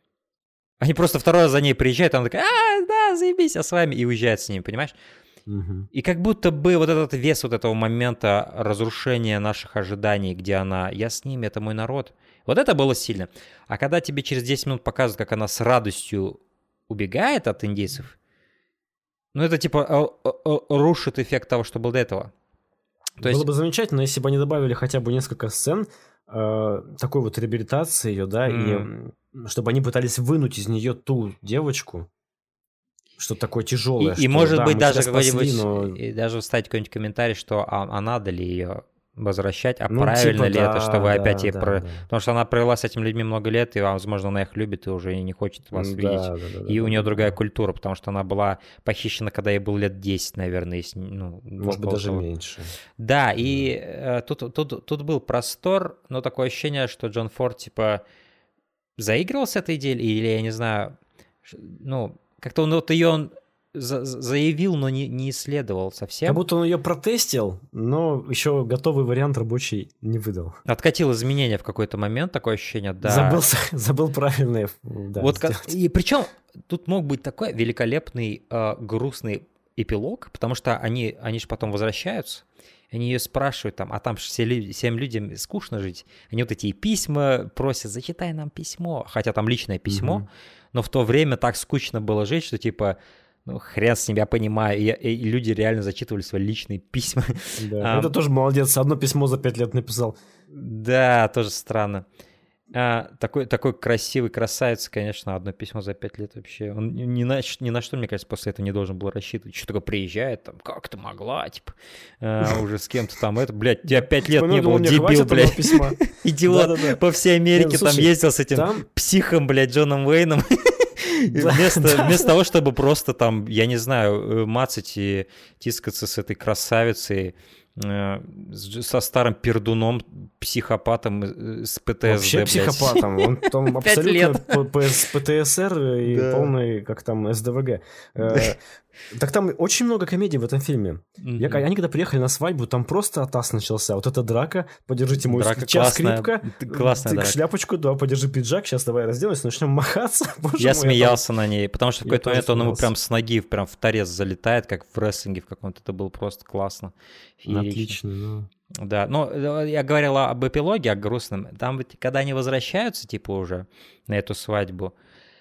S2: они просто второй раз за ней приезжают, она такая, а, да, заебись, я с вами, и уезжает с ним, понимаешь? Угу. И как будто бы вот этот вес вот этого момента разрушения наших ожиданий, где она, я с ними, это мой народ, вот это было сильно. А когда тебе через десять минут показывают, как она с радостью убегает от индейцев, ну это типа рушит эффект того, что был до этого.
S1: То было есть... бы замечательно, если бы они добавили хотя бы несколько сцен э, такой вот реабилитации ее, да, mm. и чтобы они пытались вынуть из нее ту девочку, что-то такое тяжелое.
S2: И,
S1: что,
S2: и может
S1: да,
S2: быть даже какой-нибудь,
S1: но...
S2: и даже вставить какой-нибудь комментарий, что а, а надо ли ее возвращать, а
S1: ну,
S2: правильно
S1: типа,
S2: ли
S1: да,
S2: это, что вы
S1: да,
S2: опять ей...
S1: да,
S2: Про...
S1: да.
S2: Потому что она провела с этими людьми много лет, и, возможно, она их любит и уже не хочет вас
S1: да,
S2: видеть.
S1: Да, да,
S2: и
S1: да,
S2: у нее
S1: да,
S2: другая
S1: да.
S2: культура, потому что она была похищена, когда ей было лет десять, наверное. Если, ну,
S1: может быть, даже того. меньше.
S2: Да, и э, тут, тут, тут был простор, но такое ощущение, что Джон Форд, типа, заигрывал с этой идеей, или, я не знаю, ну, как-то он вот ее... Он, заявил, но не, не исследовал совсем.
S1: Как будто он ее протестил, но еще готовый вариант рабочий не выдал.
S2: Откатил изменения в какой-то момент, такое ощущение, да.
S1: Забыл, забыл правильное. Да,
S2: вот как, и причем тут мог быть такой великолепный э, грустный эпилог, потому что они, они же потом возвращаются, они ее спрашивают, там, а там же всем людям скучно жить. Они вот эти письма просят, зачитай нам письмо, хотя там личное письмо, угу. но в то время так скучно было жить, что типа... Ну, хрен с ним, я понимаю. И, и люди реально зачитывали свои личные письма.
S1: Да, а, это тоже молодец. Одно письмо за пять лет написал.
S2: Да, тоже странно. А, такой, такой красивый красавец, конечно, одно письмо за пять лет вообще. Он ни на, ни на что, мне кажется, после этого не должен был рассчитывать. Что такое приезжает, там, как ты могла, типа, а, уже с кем-то там, это, блядь, тебя пять лет не было, дебил, блядь. Идиот по всей Америке там ездил с этим психом, блядь, Джоном Уэйном. Вместо, да. вместо того, чтобы просто там, я не знаю, мацать и тискаться с этой красавицей, э, со старым пердуном, психопатом с ПТСД.
S1: Вообще
S2: блядь.
S1: Психопатом. Он там абсолютно ПТСР и да. полный, как там, СДВГ. Так там очень много комедий в этом фильме. Mm-hmm. Я, они когда приехали на свадьбу, там просто атас начался. Вот эта драка, подержите мою час скрипка,
S2: классная
S1: ты, шляпочку, да, подержи пиджак, сейчас давай разденусь, начнем махаться. Боже
S2: я
S1: мой,
S2: смеялся
S1: я там...
S2: на ней, потому что в какой-то момент он ему прям с ноги прям в торец залетает, как в рестлинге в каком-то. Это было просто классно. Феерично.
S1: Отлично, ну.
S2: Да, но я говорил об эпилоге, о грустном. Там ведь, когда они возвращаются, типа, уже на эту свадьбу,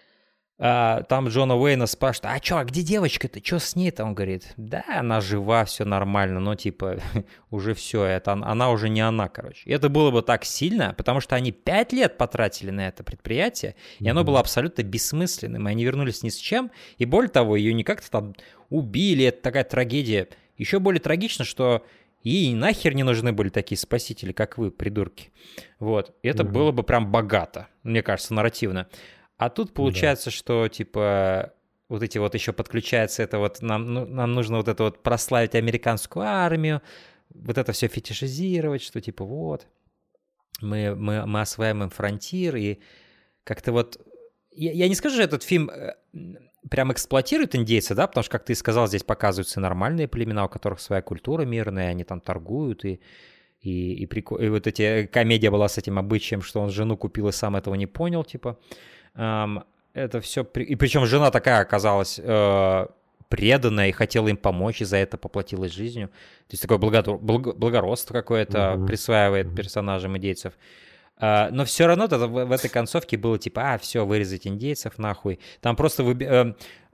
S2: А, там Джона Уэйна спрашивают, а чё, а где девочка-то, чё с ней-то? Он говорит, да, она жива, все нормально, но типа уже все, это она уже не она, короче. И это было бы так сильно, потому что они пять лет потратили на это предприятие, и mm-hmm. оно было абсолютно бессмысленным, и они вернулись ни с чем, и более того, ее не как-то там убили, это такая трагедия. Еще более трагично, что ей нахер не нужны были такие спасители, как вы, придурки. Вот, и это mm-hmm. было бы прям богато, мне кажется, нарративно. А тут получается, да. что, типа, вот эти вот еще подключается это вот, нам, ну, нам нужно вот это вот прославить американскую армию, вот это все фетишизировать, что, типа, вот, мы, мы, мы осваиваем фронтир, и как-то вот... Я, я не скажу, что этот фильм прям эксплуатирует индейцев, да, потому что, как ты сказал, здесь показываются нормальные племена, у которых своя культура мирная, они там торгуют, и... И, и, прикол... и вот эти... Комедия была с этим обычаем, что он жену купил и сам этого не понял, типа... Um, это все... При... И причем жена такая оказалась э, преданная и хотела им помочь, и за это поплатилась жизнью. То есть такое благо... благо... благородство какое-то mm-hmm. присваивает mm-hmm. персонажам индейцев. Uh, но все равно в, в этой концовке было типа, а, все, вырезать индейцев нахуй. Там просто... Выби... Uh,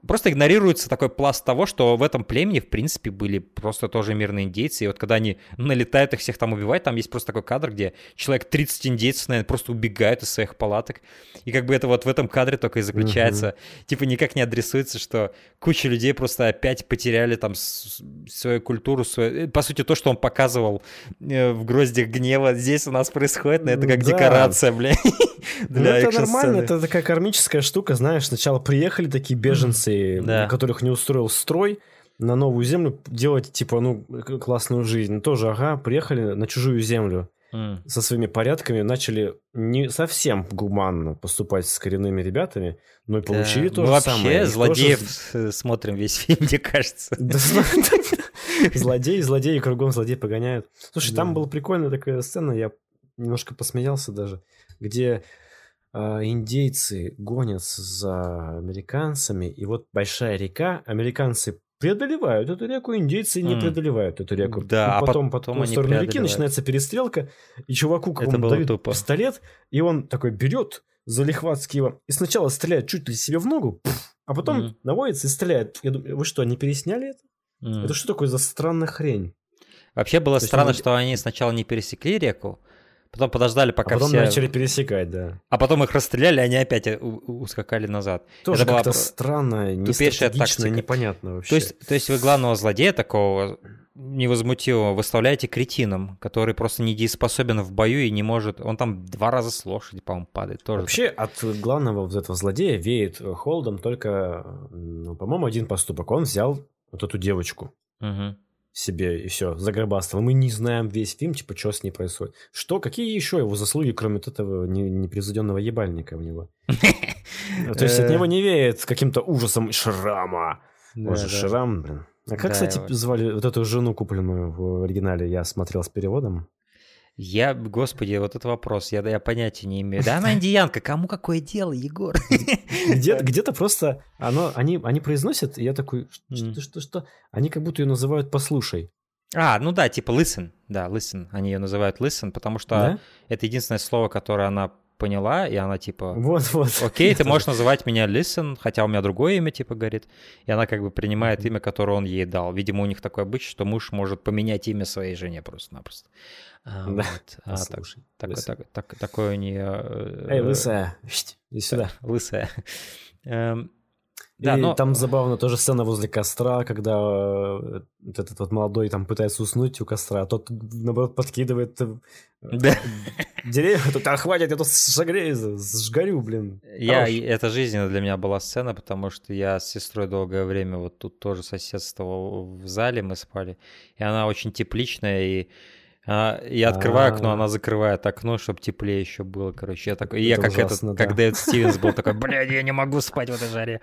S2: просто игнорируется такой пласт того, что в этом племени, в принципе, были просто тоже мирные индейцы. И вот когда они налетают, их всех там убивают, там есть просто такой кадр, где человек тридцать индейцев, наверное, просто убегают из своих палаток. И как бы это вот в этом кадре только и заключается. Mm-hmm. Типа никак не адресуется, что куча людей просто опять потеряли там свою культуру, свою... по сути, то, что он показывал в «Гроздях гнева», здесь у нас происходит, но это как да. декорация, блядь.
S1: Ну, это нормально, это такая кармическая штука, знаешь, сначала приехали такие беженцы, да. которых не устроил строй, на новую землю делать, типа, ну, классную жизнь. Тоже, ага, приехали на чужую землю mm. со своими порядками, начали не совсем гуманно поступать с коренными ребятами, но и получили да. то
S2: Мы
S1: же самое.
S2: Мы вообще злодеев тоже... смотрим весь фильм, мне кажется.
S1: Злодеи, злодеи, кругом злодеи погоняют. Слушай, там была прикольная такая сцена, я немножко посмеялся даже, где э, индейцы гонятся за американцами, и вот большая река, американцы преодолевают эту реку, индейцы mm. не преодолевают эту реку.
S2: Да,
S1: и потом,
S2: а потом
S1: по ту сторону реки начинается перестрелка, и чуваку какому-то дают тупо. пистолет, и он такой берет залихватски его, и сначала стреляет чуть ли себе в ногу, пфф, а потом mm. наводится и стреляет. Я думаю, вы что, не пересняли это? Mm. Это что такое за странная хрень?
S2: Вообще было То странно,
S1: он...
S2: что они сначала не пересекли реку, потом подождали, пока
S1: а потом
S2: все...
S1: начали пересекать, да.
S2: А потом их расстреляли, они опять ускакали назад.
S1: Тоже
S2: это
S1: как-то
S2: была
S1: странно,
S2: нестратегично,
S1: непонятно вообще.
S2: То есть, то есть вы главного злодея такого невозмутимого выставляете кретином, который просто недееспособен в бою и не может... Он там два раза с лошади, по-моему, падает. Тоже
S1: вообще
S2: так.
S1: От главного вот этого злодея веет холодом только, ну, по-моему, один поступок. Он взял вот эту девочку.
S2: Угу.
S1: себе и все, загробастал. Мы не знаем весь фильм, типа, что с ней происходит. Что, какие еще его заслуги, кроме вот этого непревзойденного ебальника в него? То есть от него не веет каким-то ужасом шрама. Может, шрам, блин. А как, кстати, звали вот эту жену, купленную в оригинале? Я смотрел с переводом.
S2: Я, господи, вот этот вопрос, я, я понятия не имею. Да она индиянка, кому какое дело, Егор?
S1: Где-то, где-то просто оно, они, они произносят, и я такой, что, что, что? Они как будто ее называют «послушай».
S2: А, ну да, типа listen, да, listen, они ее называют listen, потому что да? это единственное слово, которое она поняла, и она типа,
S1: вот, вот.
S2: окей, ты можешь называть меня listen, хотя у меня другое имя, типа, говорит, и она как бы принимает mm-hmm. имя, которое он ей дал. Видимо, у них такой обычай, что муж может поменять имя своей жене просто-напросто. А, да, вот. а, так, так, так, так, такое у нее...
S1: Эй, лысая, иди сюда.
S2: Лысая.
S1: эм, да, и но... там забавно тоже сцена возле костра, когда вот этот вот молодой там пытается уснуть у костра, а тот, наоборот, подкидывает
S2: да.
S1: деревья. Тут, а хватит, я тут согрею, сжгорю, блин.
S2: Я, это жизненно для меня была сцена, потому что я с сестрой долгое время вот тут тоже соседствовал в зале, мы спали, и она очень тепличная, и А, я открываю окно, она закрывает окно, чтобы теплее еще было, короче. Я такой, я как этот, как Дэвид Стивенс был такой, блядь, я не могу спать в этой жаре.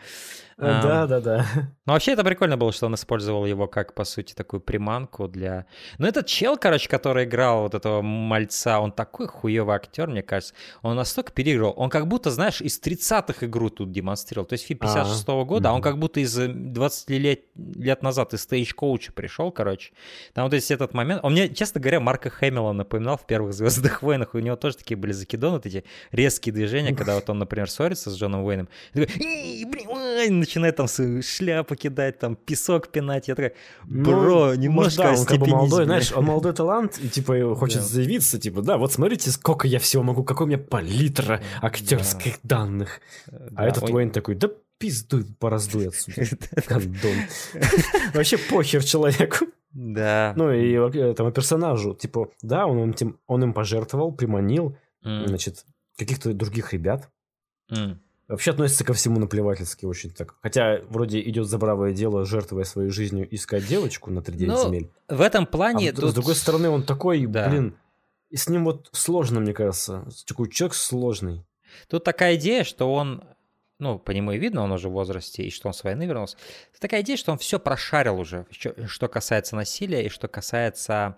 S1: Да, да, да.
S2: Ну, вообще, это прикольно было, что он использовал его как, по сути, такую приманку для... Ну, этот чел, короче, который играл вот этого мальца, он такой хуёвый актер, мне кажется. Он настолько переиграл. Он как будто, знаешь, из тридцатых игру тут демонстрировал. То есть фильм пятьдесят шестого года, а он как будто из двадцати лет, лет назад из Stagecoach пришел, короче. Там вот есть этот момент. Он мне, честно говоря, Марка Хэмилла напоминал в первых «Звездных войнах». У него тоже такие были закидоны, вот эти резкие движения, когда вот он, например, ссорится с Джоном Уэйном. И такой, блин, начинает там свою шляпу кидать, там песок пинать. Я такой, бро, ну, немножко
S1: да, он как бы молодой, знаешь, он молодой талант, и типа хочет да. заявиться, типа, да, вот смотрите, сколько я всего могу, какой у меня палитра актерских да. данных. Да, а этот он... Уэйн такой, да пиздуй, пораздуй отсюда, гондон. Вообще похер человеку.
S2: Да.
S1: Ну и этому персонажу, типа, да, он, он, тем, он им пожертвовал, приманил, mm. значит, каких-то других ребят. Mm. Вообще относится ко всему наплевательски очень так. Хотя вроде идет за бравое дело, жертвуя своей жизнью, искать девочку на тридевять ну, земель.
S2: В этом плане...
S1: А
S2: тут...
S1: с другой стороны, он такой,
S2: да.
S1: блин, и с ним вот сложно, мне кажется. Такой человек сложный.
S2: Тут такая идея, что он... Ну, по нему и видно, он уже в возрасте, и что он с войны вернулся. Это такая идея, что он все прошарил уже, что касается насилия и что касается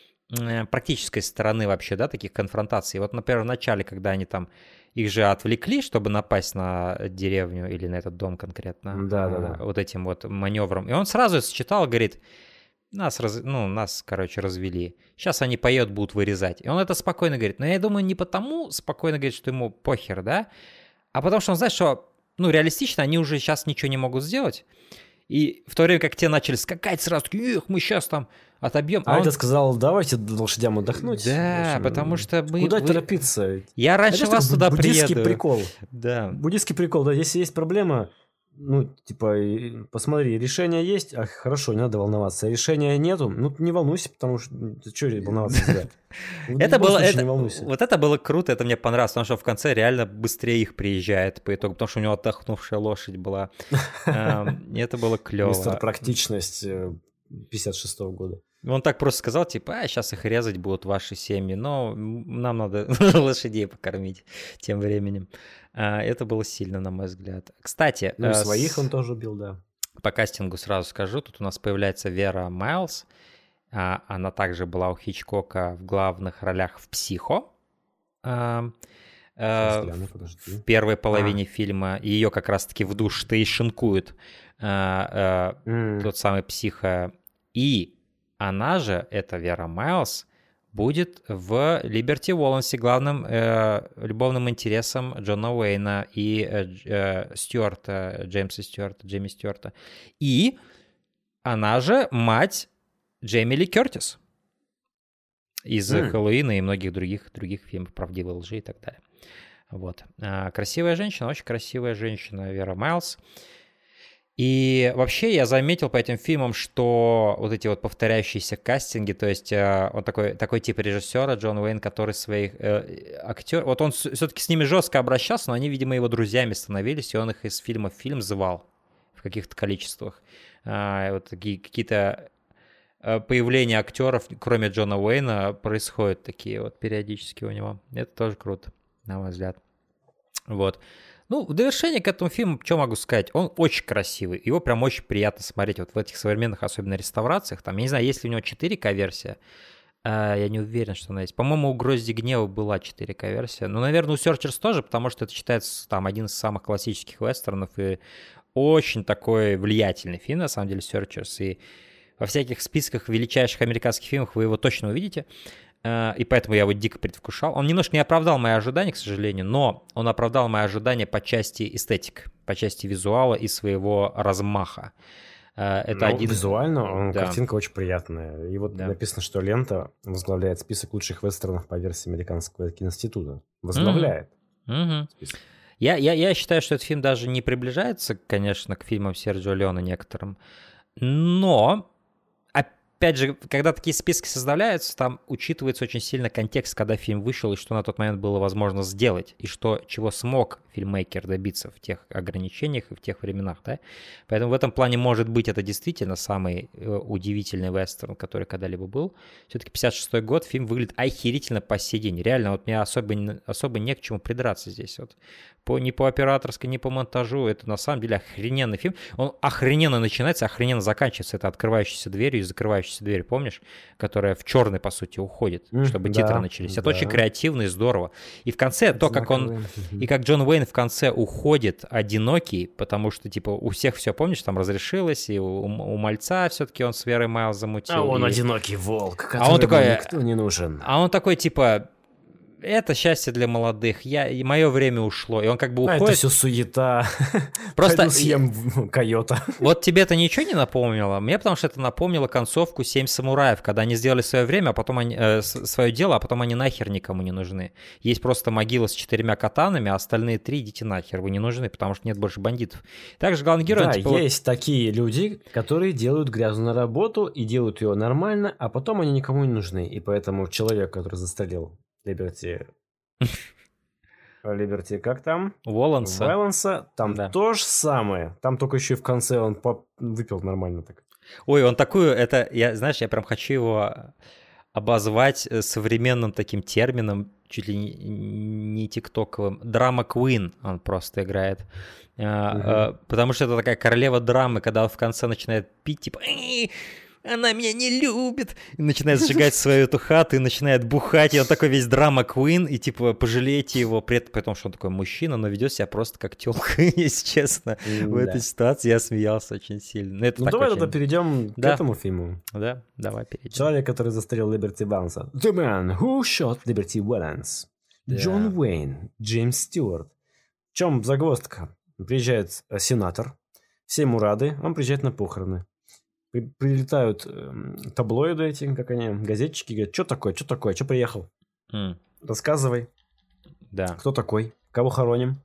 S2: э, практической стороны вообще, да, таких конфронтаций. Вот, например, в начале, когда они там, их же отвлекли, чтобы напасть на деревню или на этот дом конкретно.
S1: Да, да, да.
S2: Вот этим вот маневром. И он сразу считал, говорит, нас, раз, ну, нас, короче, развели. Сейчас они поют, будут вырезать. И он это спокойно говорит. Но я думаю, не потому спокойно говорит, что ему похер, да, а потому что он знает, что ну, реалистично, они уже сейчас ничего не могут сделать. И в то время как те начали скакать сразу, такие, эх, мы сейчас там отобьем.
S1: А, а
S2: он...
S1: это сказал, давайте лошадям отдохнуть.
S2: Да,
S1: общем,
S2: потому что мы...
S1: Куда
S2: вы...
S1: торопиться?
S2: Я раньше
S1: это
S2: вас туда
S1: буддийский
S2: приеду.
S1: прикол.
S2: Да.
S1: Буддийский прикол, да, если есть проблема, ну, типа, посмотри, решение есть, ах, хорошо, не надо волноваться. Решения нету, ну, не волнуйся, потому что, ты что волноваться зря?
S2: Это было, это, вот это было круто, это мне понравилось, потому что в конце реально быстрее их приезжает по итогу, потому что у него отдохнувшая лошадь была. Это было клево.
S1: Мистер Практичность пятьдесят шестого года.
S2: Он так просто сказал, типа, а сейчас их резать будут ваши семьи, но нам надо лошадей покормить тем временем. Это было сильно, на мой взгляд. Кстати...
S1: Ну и своих он тоже убил, да.
S2: По кастингу сразу скажу, тут у нас появляется Вера Майлз. Она также была у Хичкока в главных ролях в «Психо». В первой половине а. фильма ее как раз-таки в душ-то и шинкует mm. тот самый «Психо». И она же, эта Вера Майлз, будет в «Либерти Уолленсе» главным э, любовным интересом Джона Уэйна и э, э, Стюарта, Джеймса Стюарта, Джейми Стюарта. И она же мать Джейми Ли Кертис из mm. «Хэллоуина» и многих других, других фильмов «Правдивой лжи» и так далее. Вот. А, красивая женщина, очень красивая женщина Вера Майлз. И вообще я заметил по этим фильмам, что вот эти вот повторяющиеся кастинги, то есть э, он такой, такой тип режиссера, Джон Уэйн, который своих э, актеров... Вот он все-таки с ними жестко обращался, но они, видимо, его друзьями становились, и он их из фильма в фильм звал в каких-то количествах. Э, вот такие какие-то появления актеров, кроме Джона Уэйна, происходят такие вот периодически у него. Это тоже круто, на мой взгляд. Вот. Ну, в довершение к этому фильму, что могу сказать? Он очень красивый, его прям очень приятно смотреть вот в этих современных, особенно реставрациях. Там, я не знаю, есть ли у него четыре ка-версия, я не уверен, что она есть. По-моему, у «Грозди гнева» была четыре ка-версия. Ну, наверное, у «Searchers» тоже, потому что это считается там один из самых классических вестернов и очень такой влиятельный фильм, на самом деле, «Searchers». И во всяких списках величайших американских фильмов вы его точно увидите. И поэтому я его дико предвкушал. Он немножко не оправдал мои ожидания, к сожалению, но он оправдал мои ожидания по части эстетик, по части визуала и своего размаха. Это
S1: ну,
S2: один...
S1: Визуально он, да. Картинка очень приятная. И вот да. написано, что лента возглавляет список лучших вестернов по версии Американского киноинститута. Возглавляет.
S2: Mm-hmm. список. Я, я, я считаю, что этот фильм даже не приближается, конечно, к фильмам Серджио Леоне некоторым, но... Опять же, когда такие списки составляются, там учитывается очень сильно контекст, когда фильм вышел, и что на тот момент было возможно сделать, и что, чего смог фильммейкер добиться в тех ограничениях и в тех временах, да. Поэтому в этом плане, может быть, это действительно самый э, удивительный вестерн, который когда-либо был. Все-таки пятьдесят шестой год, фильм выглядит охерительно по сей день. Реально, вот мне особо, особо не к чему придраться здесь. Вот. По, ни по операторской, ни по монтажу. Это на самом деле охрененный фильм. Он охрененно начинается, охрененно заканчивается. Это открывающейся дверью и закрывающейся дверью, помнишь? Которая в черный, по сути, уходит, mm, чтобы да, титры начались. Это да. очень креативно и здорово. И в конце это то, как он... И как Джон Уэйн в конце уходит одинокий, потому что, типа, у всех все, помнишь, там разрешилось, и у, у мальца все-таки он с Верой Майлз замутил.
S1: А он
S2: и...
S1: одинокий волк, которому
S2: а он такой,
S1: никто не нужен.
S2: А он такой, типа... Это счастье для молодых. Я, и мое время ушло. И он как бы уходит.
S1: А это все суета.
S2: Просто
S1: пойду съем койота.
S2: Вот тебе это ничего не напомнило? Мне потому что это напомнило концовку «Семь самураев», когда они сделали свое время, а потом они, э, свое дело, а потом они нахер никому не нужны. Есть просто могила с четырьмя катанами, а остальные три идите нахер, вы не нужны, потому что нет больше бандитов. Также главный герой...
S1: Да,
S2: типа,
S1: есть вот... такие люди, которые делают грязную работу и делают ее нормально, а потом они никому не нужны. И поэтому человек, который застрелил Либерти... Либерти, как там?
S2: Уолленса.
S1: Уолленса. Там
S2: да.
S1: то же самое. Там только еще и в конце он поп... выпил нормально так.
S2: Ой, он такую... Это, я, знаешь, я прям хочу его обозвать современным таким термином, чуть ли не, не тиктоковым. Драма Квин он просто играет. Угу. А, а, потому что это такая королева драмы, когда он в конце начинает пить, типа... Она меня не любит. И начинает сжигать свою эту хату, и начинает бухать. И он такой весь драма Квин, и типа пожалейте его, при том, что он такой мужчина, но ведет себя просто как тёлка, если честно. Mm, в да. этой ситуации я смеялся очень сильно.
S1: Это ну давай очень... тогда перейдем
S2: да.
S1: к этому фильму.
S2: Да, давай перейдем.
S1: Человек, который застрелил Либерти Валанса. The man who shot Liberty Valance. Yeah. Джон Уэйн, Джеймс Стюарт. В чем загвоздка? Приезжает сенатор, все ему рады, он приезжает на похороны. При, прилетают э, таблоиды эти, как они, газетчики, говорят, что такое, что такое, что приехал?
S2: Mm.
S1: Рассказывай.
S2: Да.
S1: Кто такой, кого хороним?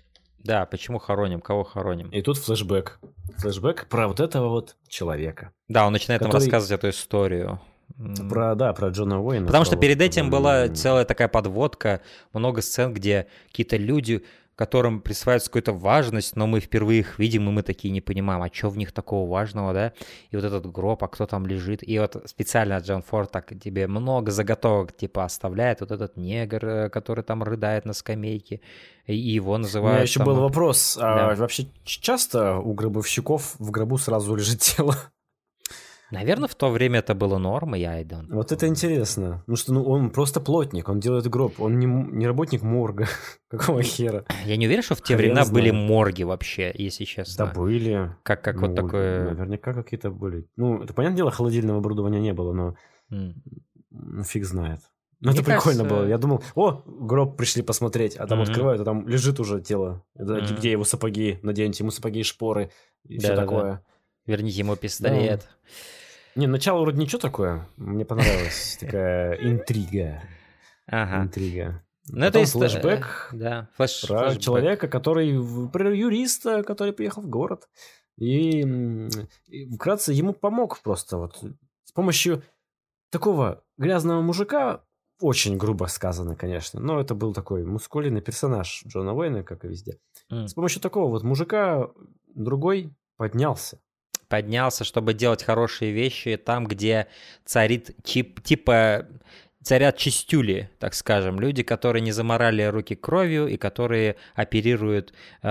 S2: Да, почему хороним, кого хороним?
S1: И тут флешбэк. Флешбэк про вот этого вот человека.
S2: Да, он начинает
S1: который...
S2: нам рассказывать эту историю.
S1: Про, да, про Джона Уэйна.
S2: Потому что перед
S1: вот,
S2: этим была целая такая подводка, много сцен, где какие-то люди, которым присваивается какая-то важность, но мы впервые их видим, и мы такие не понимаем, а что в них такого важного, да? И вот этот гроб, а кто там лежит? И вот специально Джон Форд так тебе много заготовок типа оставляет, вот этот негр, который там рыдает на скамейке, и его называют...
S1: У меня еще
S2: там...
S1: был вопрос,
S2: да.
S1: а вообще часто у гробовщиков в гробу сразу лежит тело?
S2: Наверное, в то время это было нормой, я и don't.
S1: Вот это интересно. Ну что, ну он просто плотник, он делает гроб, он не, не работник морга. Какого хера?
S2: Я не уверен, что в те
S1: Хрен
S2: времена
S1: знает.
S2: Были морги вообще, если честно.
S1: Да были.
S2: Как, как
S1: ну,
S2: вот такое...
S1: Наверняка какие-то были. Ну, это понятное дело, холодильного оборудования не было, но
S2: Mm.
S1: ну, фиг знает. Ну,
S2: Мне
S1: это прикольно
S2: кажется...
S1: было. Я думал, о, гроб пришли посмотреть, а там
S2: Mm-hmm.
S1: открывают, а там лежит уже тело.
S2: Mm-hmm.
S1: Где его сапоги? Наденьте ему сапоги и шпоры. И все
S2: Да-да-да.
S1: такое.
S2: Верните ему пистолет.
S1: Да. Не, начало вроде ничего такое. Мне понравилась такая интрига.
S2: Ага.
S1: Интрига.
S2: Ну, это
S1: Потом
S2: ист-
S1: флешбэк
S2: Да, флэш...
S1: про
S2: флешбэк.
S1: человека, который... Про юриста, который приехал в город. И, м, и вкратце ему помог просто вот с помощью такого грязного мужика, очень грубо сказано, конечно, но это был такой мускулинный персонаж Джона Уэйна, как и везде.
S2: М.
S1: С помощью такого вот мужика другой поднялся.
S2: Поднялся, чтобы делать хорошие вещи там, где царит тип, типа царят чистюли, так скажем, люди, которые не заморали руки кровью и которые оперируют э,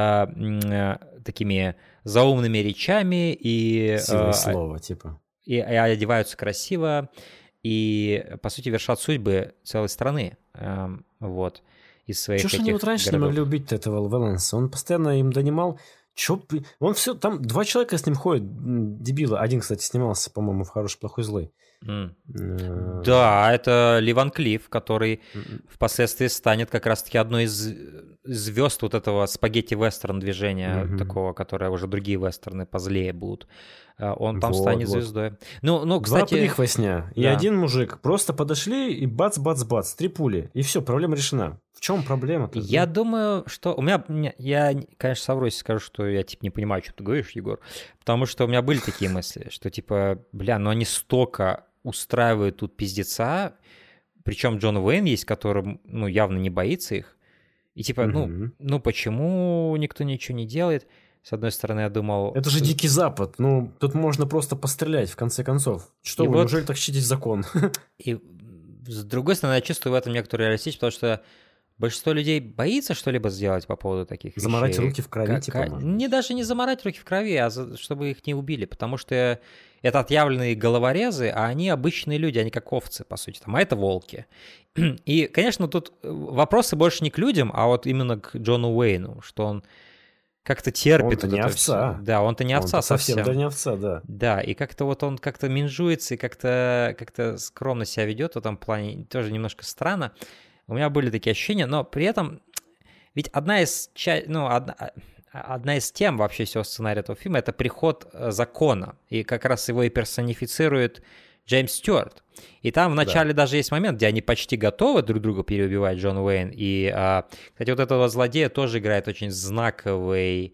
S2: э, такими заумными речами и,
S1: Силой
S2: э,
S1: слова, типа.
S2: и, и одеваются красиво и, по сути, вершат судьбы целой страны. Э, вот. Из своих
S1: Чего ж
S2: этих
S1: они вот раньше
S2: городов.
S1: не могли убить этого Валенса? Он постоянно им донимал. Чё, он все, там два человека с ним ходят, дебилы. Один, кстати, снимался, по-моему, в «Хороший, плохой, злой».
S2: Mm.
S1: Э,
S2: Да, это Ли Ван Клифф, который
S1: М-м.
S2: впоследствии станет как раз-таки одной из звезд вот этого спагетти-вестерн движения,
S1: Мгм.
S2: такого, которое уже другие вестерны позлее будут. А Он там
S1: Вот,
S2: станет
S1: вот.
S2: звездой. Ну, ну,
S1: Два
S2: кстати...
S1: прихвостня и
S2: да.
S1: один мужик просто подошли и бац-бац-бац, три пули. И все, проблема решена. В чем проблема-то?
S2: Я
S1: Ну,
S2: думаю, что у меня, не- я, конечно, совру, если скажу, что я, типа, не понимаю, что ты говоришь, Егор, потому что у меня были такие мысли, что, типа, бля, ну они столько устраивают тут пиздеца, причем Джон Уэйн есть, который, ну, явно не боится их, и, типа, ну,
S1: Мгм.
S2: ну, почему никто ничего не делает? С одной стороны, я думал...
S1: Это же Дикий Запад. Ну, тут можно просто пострелять, в конце концов. Что
S2: И
S1: вы,
S2: вот-
S1: неужели так чтите закон?
S2: И с другой стороны, я чувствую в этом некоторую реалистичность, потому что большинство людей боится что-либо сделать по поводу таких
S1: Заморать
S2: вещей.
S1: руки в крови,
S2: Как-
S1: типа,
S2: как-
S1: может
S2: Не даже не заморать руки в крови, а за- чтобы их не убили, потому что это отъявленные головорезы, а они обычные люди, они как овцы, по сути, там, а это волки. И, конечно, тут вопросы больше не к людям, а вот именно к Джону Уэйну, что он как-то терпит.
S1: Он-то
S2: вот
S1: не
S2: это
S1: овца.
S2: всё. Да, он-то не овца
S1: Он-то совсем.
S2: совсем.
S1: Да не овца, да.
S2: Да, и как-то вот он как-то менжуется и как-то, как-то скромно себя ведет в этом плане, тоже немножко странно. У меня были такие ощущения, но при этом ведь одна из, ча- ну, одна, одна из тем вообще всего сценария этого фильма — это приход э, закона, и как раз его и персонифицирует Джеймс Стюарт. И там вначале даже есть момент, где они почти готовы друг друга переубивать, Джон Уэйн. И, а, кстати, вот этого злодея тоже играет очень знаковый...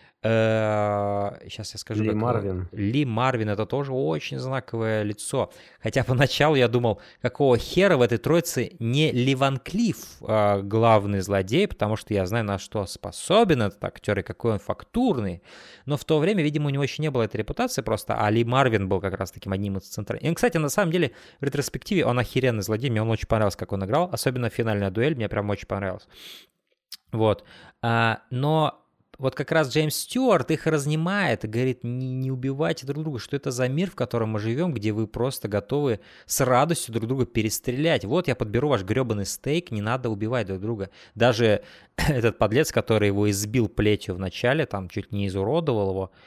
S2: э, сейчас я скажу.
S1: Ли
S2: как его-
S1: Марвин.
S2: Ли Марвин — это тоже очень знаковое лицо. Хотя поначалу я думал, какого хера в этой троице не Ли Ван Клифф а, главный злодей, потому что я знаю, на что способен этот актер и какой он фактурный. Но в то время, видимо, у него еще не было этой репутации просто, а Ли Марвин был как раз таким одним из центральных. И, кстати, на самом деле, в ретроспективе он охеренный злодей, мне он очень понравился, как он играл, особенно финальная дуэль, мне прям очень понравилась. Вот. А, но вот как раз Джеймс Стюарт их разнимает и говорит, не, не убивайте друг друга, что это за мир, в котором мы живем, где вы просто готовы с радостью друг друга перестрелять. Вот я подберу ваш гребаный стейк, не надо убивать друг друга. Даже этот подлец, который его избил плетью в начале, там чуть не изуродовал его,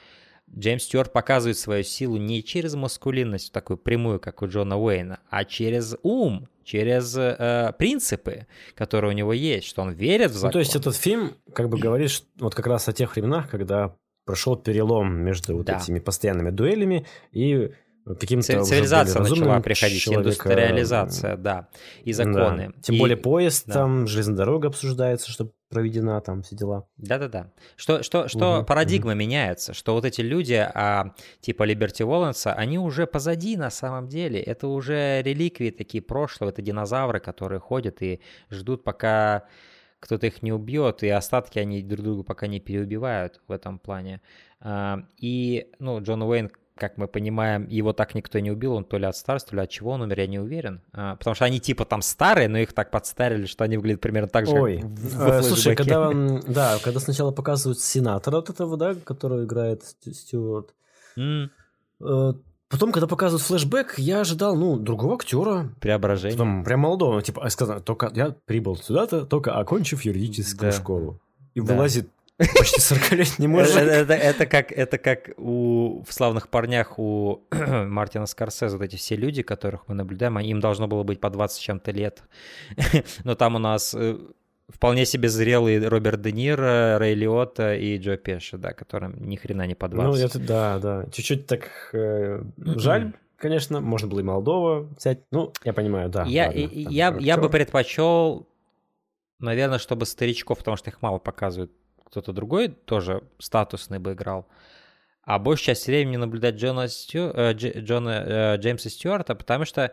S2: Джеймс Стюарт показывает свою силу не через маскулинность такую прямую, как у Джона Уэйна, а через ум, через э, принципы, которые у него есть, что он верит в закон.
S1: Ну, то есть этот фильм как бы говорит что, вот как раз о тех временах, когда прошел перелом между вот да. этими постоянными дуэлями и каким-то
S2: цивилизация начала приходить, человека... индустриализация, да, и законы.
S1: Да. Тем
S2: и...
S1: более поезд,
S2: да.
S1: там железная дорога обсуждается, что проведена, там все дела.
S2: Да-да-да. Что, что, что
S1: угу,
S2: парадигма
S1: угу.
S2: меняется, что вот эти люди, а, типа Либерти Уолленса, они уже позади на самом деле. Это уже реликвии такие прошлого, это динозавры, которые ходят и ждут, пока кто-то их не убьет, и остатки они друг друга пока не переубивают в этом плане. А, и, ну, Джон Уэйн, как мы понимаем, его так никто не убил, он то ли от старости, то ли от чего он умер, я не уверен. А, потому что они типа там старые, но их так подстарили, что они выглядят примерно так же,
S1: Ой,
S2: как в,
S1: э, слушай, когда, да, когда сначала показывают сенатора вот этого, да, которого играет Стюарт,
S2: mm.
S1: э, потом, когда показывают флешбэк, я ожидал, ну, другого актера.
S2: Преображение.
S1: Там, прям молодого, типа, сказано, только я прибыл сюда-то, только окончив юридическую да. школу. И да. вылазит почти сорокалетний мужик.
S2: Это, это, это, как, это как у, в «Славных парнях» у Мартина Скорсезе, вот эти все люди, которых мы наблюдаем, им должно было быть по двадцать с чем-то лет. Но там у нас вполне себе зрелый Роберт Де Ниро, Рэй Лиотта и Джо Пеши, да, которым ни хрена не по двадцать.
S1: Ну, это, да, да. Чуть-чуть так э, жаль, конечно, можно было и молодого взять. Ну, я понимаю, да.
S2: Я,
S1: ладно,
S2: и, я, я бы предпочел, наверное, чтобы старичков, потому что их мало показывают, кто-то другой тоже статусный бы играл. А большую часть времени наблюдать Джона, Стю... э, Дж... Джона э, Джеймса Стюарта, потому что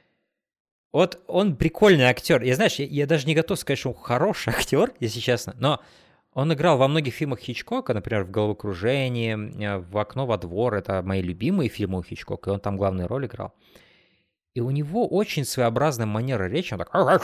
S2: вот он прикольный актер. Я, знаешь, я, я даже не готов сказать, что он хороший актер, если честно, но он играл во многих фильмах Хичкока, например, в «Головокружении», в «Окно во двор». Это мои любимые фильмы у Хичкока, и он там главную роль играл. И у него очень своеобразная манера речи. Он так, он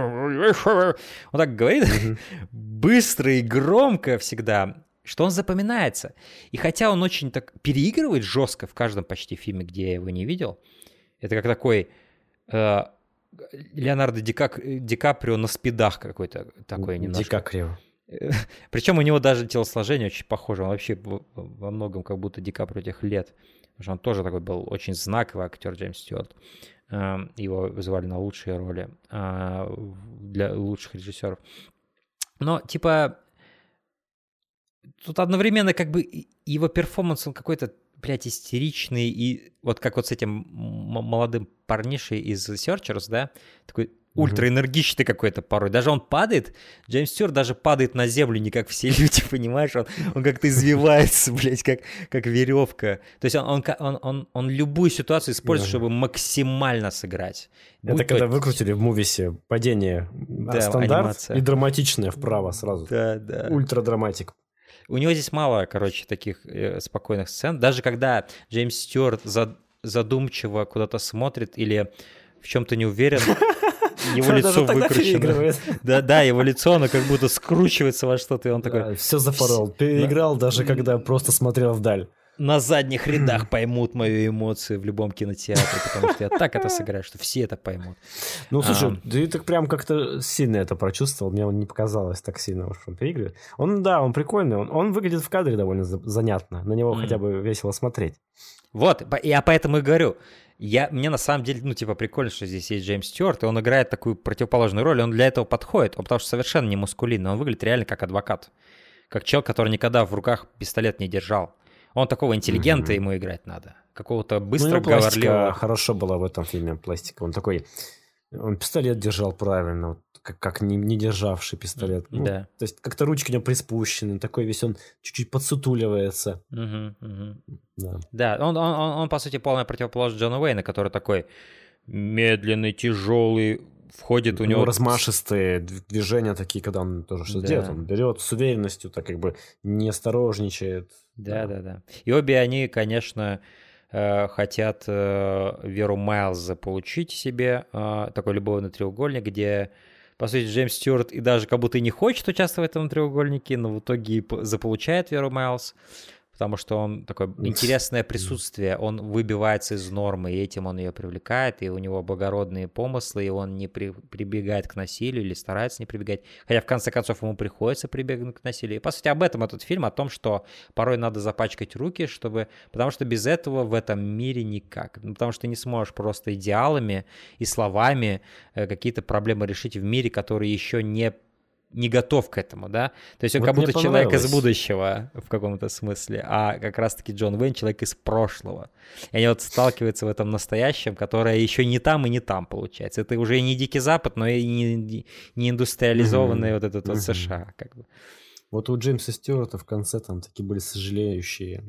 S2: так говорит mm-hmm. быстро и громко всегда, что он запоминается. И хотя он очень так переигрывает жестко в каждом почти фильме, где я его не видел, это как такой э, Леонардо Ди, Кап... Ди Каприо на спидах какой-то такой немножко.
S1: Ди Каприо.
S2: Причем у него даже телосложение очень похоже. Он вообще во многом как будто Ди Каприо тех лет. Потому что он тоже такой был очень знаковый актер Джеймс Стюарт. Его вызывали на лучшие роли для лучших режиссеров. Но, типа, тут одновременно как бы его перформанс, он какой-то, блядь, истеричный. И вот как вот с этим молодым парнишей из Searchers, да, такой ультраэнергичный какой-то порой. Даже он падает, Джеймс Стюарт даже падает на землю, не как все люди, понимаешь? Он, он как-то извивается, блядь, как, как веревка. То есть он, он, он, он, он любую ситуацию использует, mm-hmm. чтобы максимально сыграть.
S1: Это Будь когда то... выкрутили в мувисе падение да, стандарт анимация. И драматичное вправо сразу.
S2: Да, да.
S1: Ультрадраматик.
S2: У него здесь мало, короче, таких э, спокойных сцен. Даже когда Джеймс Стюарт за, задумчиво куда-то смотрит или в чем-то не уверен, его лицо выкручено. Да, да, его лицо, оно как будто скручивается во что-то, и он такой...
S1: Да, все запорол, переиграл, да. Даже когда просто смотрел вдаль.
S2: На задних рядах поймут мои эмоции в любом кинотеатре, потому что я так это сыграю, что все это поймут.
S1: Ну, слушай, а... ты так прям как-то сильно это прочувствовал, мне он не показалось так сильно, что он переигрывает. Он, да, он прикольный, он, он выглядит в кадре довольно занятно, на него mm. хотя бы весело смотреть.
S2: Вот, я поэтому и говорю, я, мне на самом деле, ну, типа, прикольно, что здесь есть Джеймс Стюарт, и он играет такую противоположную роль, и он для этого подходит, он потому что совершенно не маскулинный, он выглядит реально как адвокат, как человек, который никогда в руках пистолет не держал. Он такого интеллигента, mm-hmm. ему играть надо, какого-то быстро
S1: ну,
S2: говорливого.
S1: Хорошо было в этом фильме, пластика, он такой, он пистолет держал правильно, вот, как, как не, не державший пистолет. Ну,
S2: да.
S1: То есть как-то ручки у него приспущены, такой весь он чуть-чуть подсутуливается.
S2: Угу, угу.
S1: Да,
S2: да он, он, он, он, по сути, полная противоположность Джона Уэйна, который такой медленный, тяжелый, входит у него...
S1: Ну, размашистые движения такие, когда он тоже что-то да. делает, он берет с уверенностью, так как бы не осторожничает.
S2: Да, да, да. да. И обе они, конечно... хотят Веру Майлз заполучить себе, такой любовный треугольник, где, по сути, Джеймс Стюарт и даже как будто и не хочет участвовать в этом треугольнике, но в итоге заполучает Веру Майлз, потому что он такое интересное присутствие, он выбивается из нормы, и этим он ее привлекает, и у него благородные помыслы, и он не при, прибегает к насилию или старается не прибегать, хотя в конце концов ему приходится прибегнуть к насилию. И по сути об этом этот фильм, о том, что порой надо запачкать руки, чтобы, потому что без этого в этом мире никак, ну, потому что ты не сможешь просто идеалами и словами э, какие-то проблемы решить в мире, который еще не не готов к этому, да? То есть он вот как будто человек из будущего в каком-то смысле, а как раз-таки Джон Уэйн человек из прошлого. И они вот сталкиваются в этом настоящем, которое еще не там и не там получается. Это уже не Дикий Запад, но и не, не индустриализованный mm-hmm. вот этот mm-hmm. вот США. Как бы.
S1: Вот у Джеймса Стюарта в конце там такие были сожалеющие,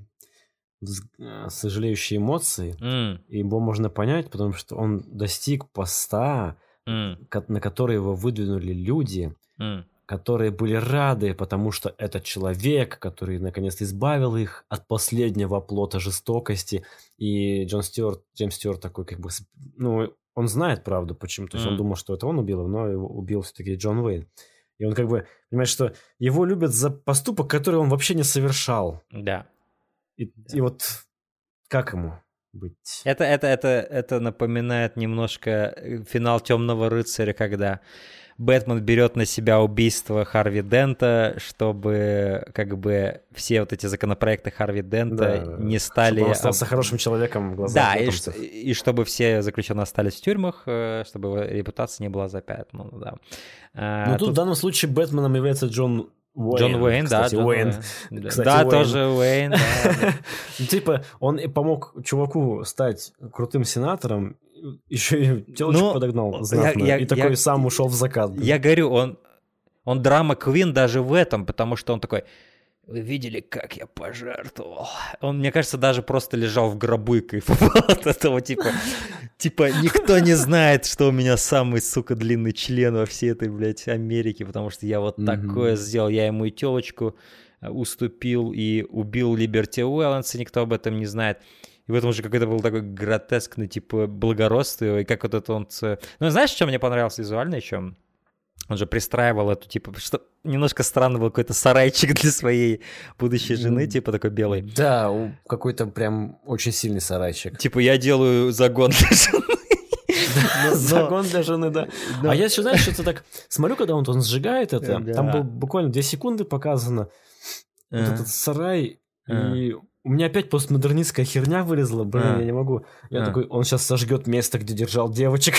S1: сожалеющие эмоции, mm. и его можно понять, потому что он достиг поста, mm. на который его выдвинули люди, mm. которые были рады, потому что этот человек, который наконец-то избавил их от последнего оплота жестокости. И Джон Стюарт, Джеймс Стюарт такой как бы... Ну, он знает правду, почему. То есть mm. он думал, что это он убил, но его убил все-таки Джон Уэйн. И он как бы понимает, что его любят за поступок, который он вообще не совершал.
S2: Да.
S1: И,
S2: да.
S1: и вот как ему быть?
S2: Это, это, это, это напоминает немножко финал «Темного рыцаря», когда Бэтмен берет на себя убийство Харви Дента, чтобы как бы все вот эти законопроекты Харви Дента да, не стали...
S1: Чтобы он остался хорошим человеком в глазах
S2: Да, и, и чтобы все заключенные остались в тюрьмах, чтобы его репутация не была запятнана, да.
S1: Ну, а, тут, тут в данном случае Бэтменом является Джон Уэйн.
S2: Джон Уэйн,
S1: кстати,
S2: да.
S1: Уэйн.
S2: Уэйн.
S1: Кстати,
S2: да,
S1: Уэйн.
S2: тоже Уэйн. Да.
S1: Ну, типа, он помог чуваку стать крутым сенатором, еще и телочку ну, подогнал знатно, я, я, и такой я, сам ушел в закат.
S2: Я говорю, он, он драма Квин даже в этом, потому что он такой... Вы видели, как я пожертвовал? Он, мне кажется, даже просто лежал в гробу и кайфовал от этого, типа, типа, никто не знает, что у меня самый, сука, длинный член во всей этой, блядь, Америке, потому что я вот mm-hmm. такое сделал, я ему и телочку уступил, и убил Либерти Уэлланса, никто об этом не знает. И в этом же какой-то был такой гротескный, типа, благородство, и как вот это он... Ну, знаешь, что мне понравилось визуально еще? Он же пристраивал эту, типа, что немножко странно был какой-то сарайчик для своей будущей жены, типа такой белый.
S1: Да, какой-то прям очень сильный сарайчик.
S2: Типа, я делаю загон для жены.
S1: Загон для жены, да. А я еще, знаешь, что-то так смотрю, когда он сжигает это, там было буквально две секунды показано, вот этот сарай, и... У меня опять постмодернистская херня вылезла, блин, а. я не могу. Я а. такой, он сейчас сожгет место, где держал девочек.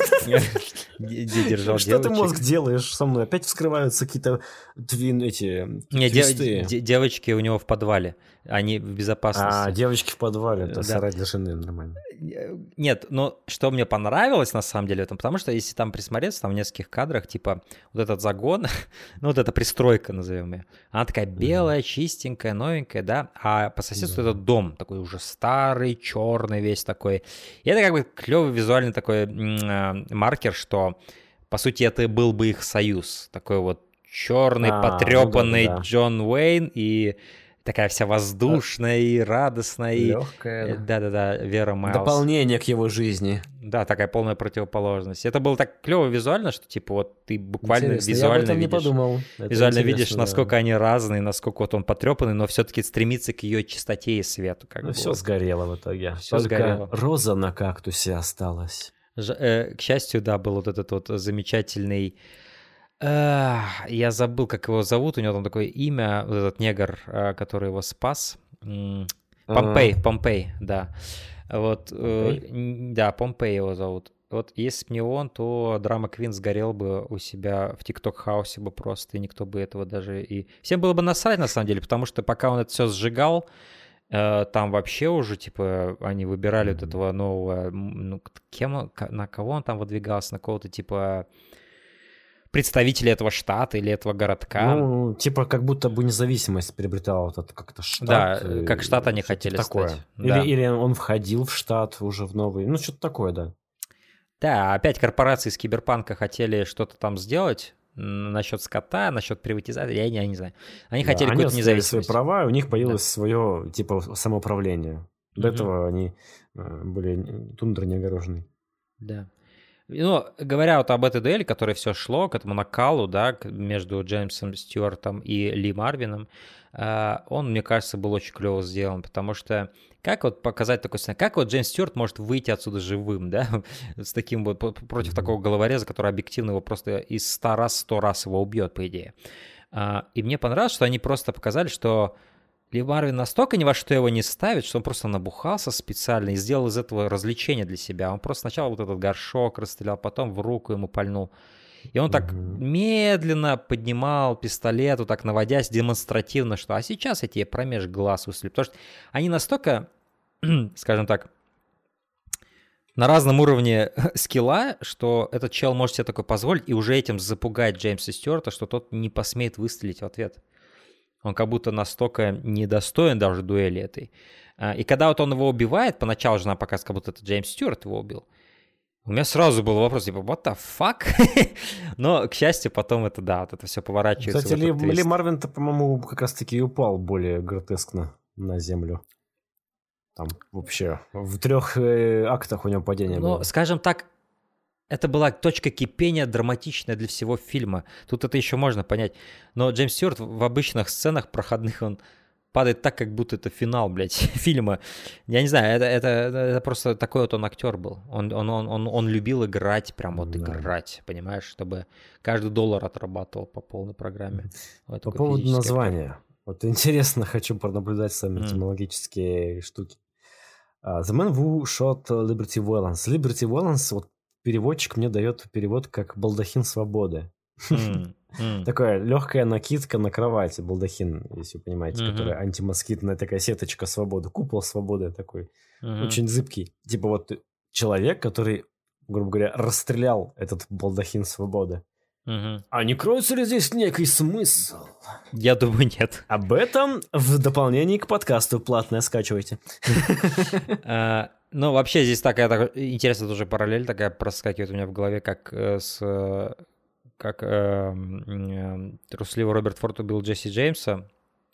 S2: Где держал
S1: Что ты, мозг, делаешь со мной? Опять вскрываются какие-то твин, эти
S2: твисты. Девочки у него в подвале, они в безопасности.
S1: А, девочки в подвале, это сарай для жены, нормально.
S2: Нет, но что мне понравилось на самом деле в этом, потому что если там присмотреться, там в нескольких кадрах, типа, вот этот загон, ну вот эта пристройка, назовем ее, она такая белая, чистенькая, новенькая, да, а по соседству этот дом такой уже старый, черный весь такой. И это как бы клевый визуальный такой м- маркер, что, по сути, это был бы их союз. Такой вот черный, а, потрепанный ну да, да. Джон Уэйн и такая вся воздушная и радостная.
S1: Легкая.
S2: Да-да-да, Вера Майлз.
S1: Дополнение к его жизни.
S2: Да, такая полная противоположность. Это было так клево визуально, что типа вот ты буквально интересно, визуально
S1: я об этом
S2: видишь,
S1: не подумал. Это
S2: визуально видишь, насколько да. они разные, насколько вот он потрепанный, но все-таки стремится к ее чистоте и свету. Как
S1: ну,
S2: бы.
S1: Все сгорело в итоге.
S2: Все
S1: Только
S2: сгорело.
S1: Роза на кактусе осталась.
S2: Ж, э, к счастью, да, был вот этот вот замечательный... Э, я забыл, как его зовут, у него там такое имя, вот этот негр, э, который его спас. Помпей, uh-huh. Помпей, да. Вот, Помпей? Э, да, Помпей его зовут. Вот если бы не он, то Драма Квин сгорел бы у себя в ТикТок-хаусе бы просто, и никто бы этого даже и... Всем было бы насрать, на самом деле, потому что пока он это все сжигал, э, там вообще уже, типа, они выбирали mm-hmm. вот этого нового... Ну, кем он, на кого он там выдвигался? На кого-то, типа... представителя этого штата или этого городка.
S1: Ну, типа, как будто бы независимость приобретала вот этот как-то штат.
S2: Да, как штат они хотели
S1: такое.
S2: стать.
S1: Или,
S2: да.
S1: или он входил в штат уже в новый, ну, что-то такое, да.
S2: Да, опять корпорации из Киберпанка хотели что-то там сделать насчет скота, насчет приватизации, я не, я не знаю. Они да, хотели они какую-то независимость.
S1: Свои права, у них появилось да. свое, типа, самоуправление. До mm-hmm. этого они были тундрой не огорожены.
S2: Да. Ну, говоря вот об этой дуэли, которой все шло, к этому накалу, да, между Джеймсом Стюартом и Ли Марвином, он, мне кажется, был очень клево сделан, потому что как вот показать такой сценарий, как вот Джеймс Стюарт может выйти отсюда живым, да, с таким вот, против такого головореза, который объективно его просто из ста раз, сто раз его убьет, по идее. И мне понравилось, что они просто показали, что Ли Марвин настолько ни во что его не ставит, что он просто набухался специально и сделал из этого развлечение для себя. Он просто сначала вот этот горшок расстрелял, потом в руку ему пальнул. И он так mm-hmm. медленно поднимал пистолет, вот так наводясь демонстративно, что «а сейчас я тебе промеж глаз выстрелю». Потому что они настолько, скажем так, на разном уровне скилла, что этот чел может себе такое позволить и уже этим запугать Джеймса Стюарта, что тот не посмеет выстрелить в ответ. Он как будто настолько недостоин даже дуэли этой. И когда вот он его убивает, поначалу же нам показывает, как будто это Джеймс Стюарт его убил. У меня сразу был вопрос, типа, what the fuck? Но, к счастью, потом это, да, вот это все поворачивается.
S1: Кстати, Ли, Ли Марвин-то, по-моему, как раз-таки и упал более гротескно на землю. Там вообще в трех э, актах у него падение
S2: было.
S1: Ну,
S2: скажем так, это была точка кипения драматичная для всего фильма. Тут это еще можно понять. Но Джеймс Стюарт в обычных сценах проходных, он падает так, как будто это финал, блядь, фильма. Я не знаю, это, это, это просто такой вот он актер был. Он, он, он, он, он любил играть, прям вот да. играть, понимаешь, чтобы каждый доллар отрабатывал по полной программе.
S1: Вот по поводу названия. Актер. Вот интересно, хочу пронаблюдать сами mm. этимологические штуки. Uh, The Man Who Shot Liberty Valance. Liberty Valance, вот переводчик мне дает перевод как «балдахин свободы». Mm. Mm. Такая легкая накидка на кровати, балдахин, если вы понимаете, mm-hmm. которая антимоскитная такая сеточка свободы, купол свободы такой, mm-hmm. очень зыбкий. Типа вот человек, который, грубо говоря, расстрелял этот балдахин свободы. Mm-hmm. А не кроется ли здесь некий смысл?
S2: Я думаю, нет.
S1: Об этом в дополнении к подкасту платное скачивайте.
S2: Ну, вообще здесь такая интересная тоже параллель такая проскакивает у меня в голове, как с... как э, э, трусливый Роберт Форд убил Джесси Джеймса.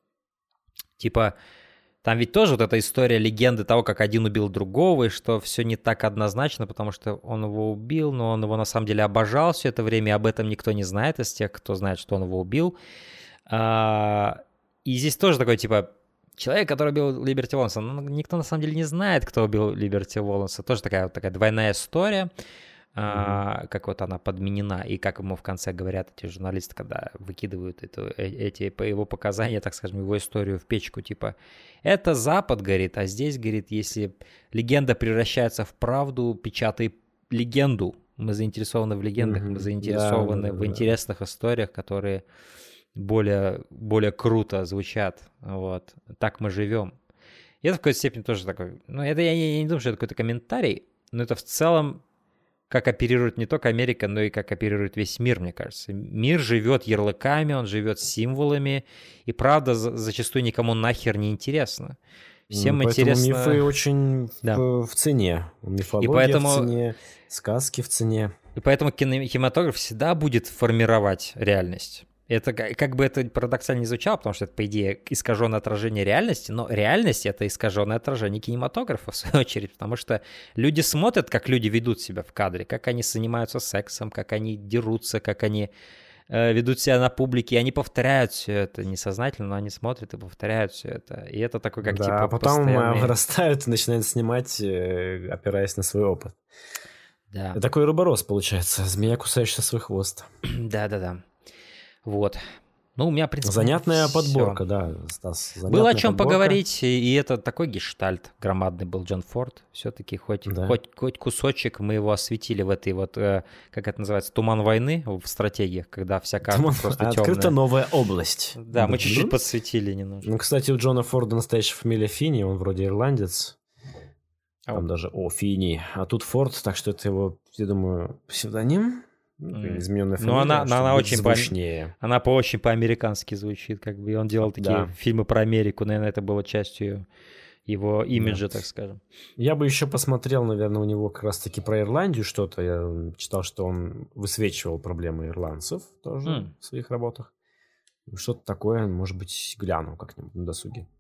S2: Типа, там ведь тоже вот эта история легенды того, как один убил другого, и что все не так однозначно, потому что он его убил, но он его на самом деле обожал все это время, и об этом никто не знает из тех, кто знает, что он его убил. А, и здесь тоже такой, типа, человек, который убил Либерти Уолленса, ну, никто на самом деле не знает, кто убил Либерти Уолленса. Тоже такая вот такая двойная история. Uh, mm-hmm. как вот она подменена, и как ему в конце говорят эти журналисты, когда выкидывают эту, эти по его показания, так скажем, его историю в печку, типа, это Запад, говорит, а здесь, говорит, если легенда превращается в правду, печатай легенду. Мы заинтересованы в легендах, mm-hmm. мы заинтересованы yeah, в yeah, интересных yeah. историях, которые более, более круто звучат. Вот. Так мы живем. И это в какой-то степени тоже такой, ну, это я, я не думаю, что это какой-то комментарий, но это в целом как оперирует не только Америка, но и как оперирует весь мир, мне кажется. Мир живет ярлыками, он живет символами, и правда зачастую никому нахер не интересно. Всем
S1: ну,
S2: интересно...
S1: Поэтому мифы очень да. в, в цене. Мифология и поэтому... в цене, сказки в цене.
S2: И поэтому кинематограф всегда будет формировать реальность. Это как бы это парадоксально не звучало, потому что это, по идее, искаженное отражение реальности, но реальность — это искаженное отражение кинематографа, в свою очередь, потому что люди смотрят, как люди ведут себя в кадре, как они занимаются сексом, как они дерутся, как они э, ведут себя на публике, и они повторяют все это несознательно, но они смотрят и повторяют все это. И это такой, как
S1: да,
S2: типа
S1: а потом
S2: постоянный...
S1: вырастают и начинают снимать, э, опираясь на свой опыт.
S2: Да.
S1: Это такой роборос, получается, змея, кусающая свой хвост.
S2: Да-да-да. Вот. Ну, у меня, в принципе,
S1: занятная
S2: всё.
S1: подборка, да, Стас.
S2: Было о чем подборка. Поговорить, и это такой гештальт громадный был Джон Форд. Все-таки хоть, да. хоть, хоть кусочек мы его осветили в этой вот, э, как это называется, туман войны в стратегиях, когда вся карта туман... просто темная.
S1: Открыта новая область.
S2: Да, мы чуть-чуть подсветили немножко.
S1: Ну, кстати, у Джона Форда настоящая фамилия Финни, он вроде ирландец. Там а даже, о, Финни. А тут Форд, так что это его, я думаю, псевдоним. Измененная фамилия,
S2: но она, она очень
S1: звучнее.
S2: По, она по очень по-американски звучит, как бы, и он делал такие да. фильмы про Америку, наверное, это было частью его имиджа, да. так скажем.
S1: Я бы еще посмотрел, наверное, у него как раз-таки про Ирландию что-то. Я читал, что он высвечивал проблемы ирландцев тоже mm. в своих работах. Что-то такое, может быть, гляну как-нибудь на досуге.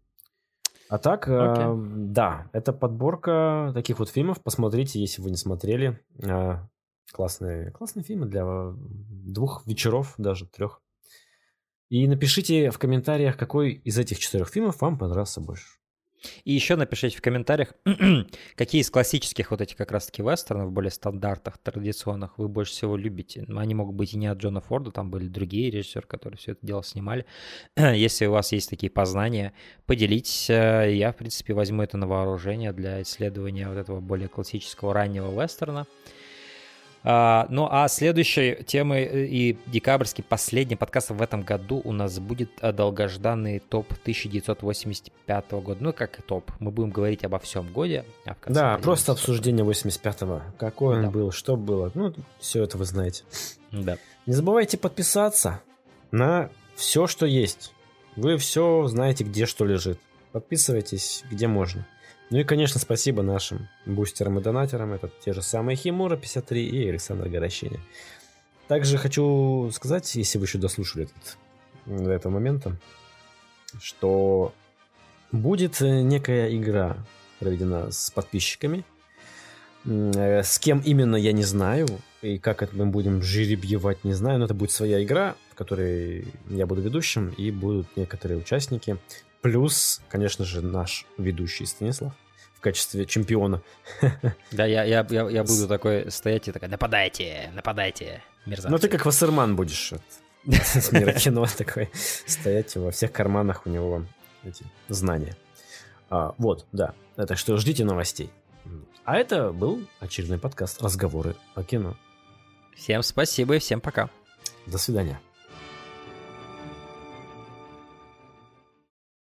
S1: А так, okay. э, да, это подборка таких вот фильмов. Посмотрите, если вы не смотрели. Э, Классные, классные фильмы для двух вечеров, даже трех. И напишите в комментариях, какой из этих четырех фильмов вам понравился больше.
S2: И еще напишите в комментариях, какие из классических вот этих как раз-таки вестернов, более стандартных, традиционных, вы больше всего любите. Они могут быть и не от Джона Форда, там были другие режиссеры, которые все это дело снимали. Если у вас есть такие познания, поделитесь. Я, в принципе, возьму это на вооружение для исследования вот этого более классического раннего вестерна. Uh, ну а следующей темой и декабрьский последний подкаст в этом году у нас будет долгожданный топ тысяча девятьсот восемьдесят пятого года. Ну как и топ, мы будем говорить обо всем годе. А в конце
S1: да, просто обсуждение восемьдесят пятого. Какой он
S2: да.
S1: был, что было. Ну, все это вы знаете.
S2: Да.
S1: Не забывайте подписаться на все, что есть. Вы все знаете, где что лежит. Подписывайтесь, где можно. Ну и, конечно, спасибо нашим бустерам и донатерам. Это те же самые Химура пятьдесят три и Александр Горощеня. Также хочу сказать, если вы еще дослушали этот, до этого момента, что будет некая игра проведена с подписчиками. С кем именно, я не знаю. И как это мы будем жеребьевать, не знаю. Но это будет своя игра, в которой я буду ведущим, и будут некоторые участники. Плюс, конечно же, наш ведущий Станислав в качестве чемпиона.
S2: Да, я, я, я, я буду такой стоять и такой: нападайте, нападайте, мерзавцы.
S1: Ну ты как Вассерман будешь с мира кино такой стоять, во всех карманах у него эти знания. А, вот, да. Так что ждите новостей. А это был очередной подкаст «Разговоры о кино».
S2: Всем спасибо и всем пока.
S1: До свидания.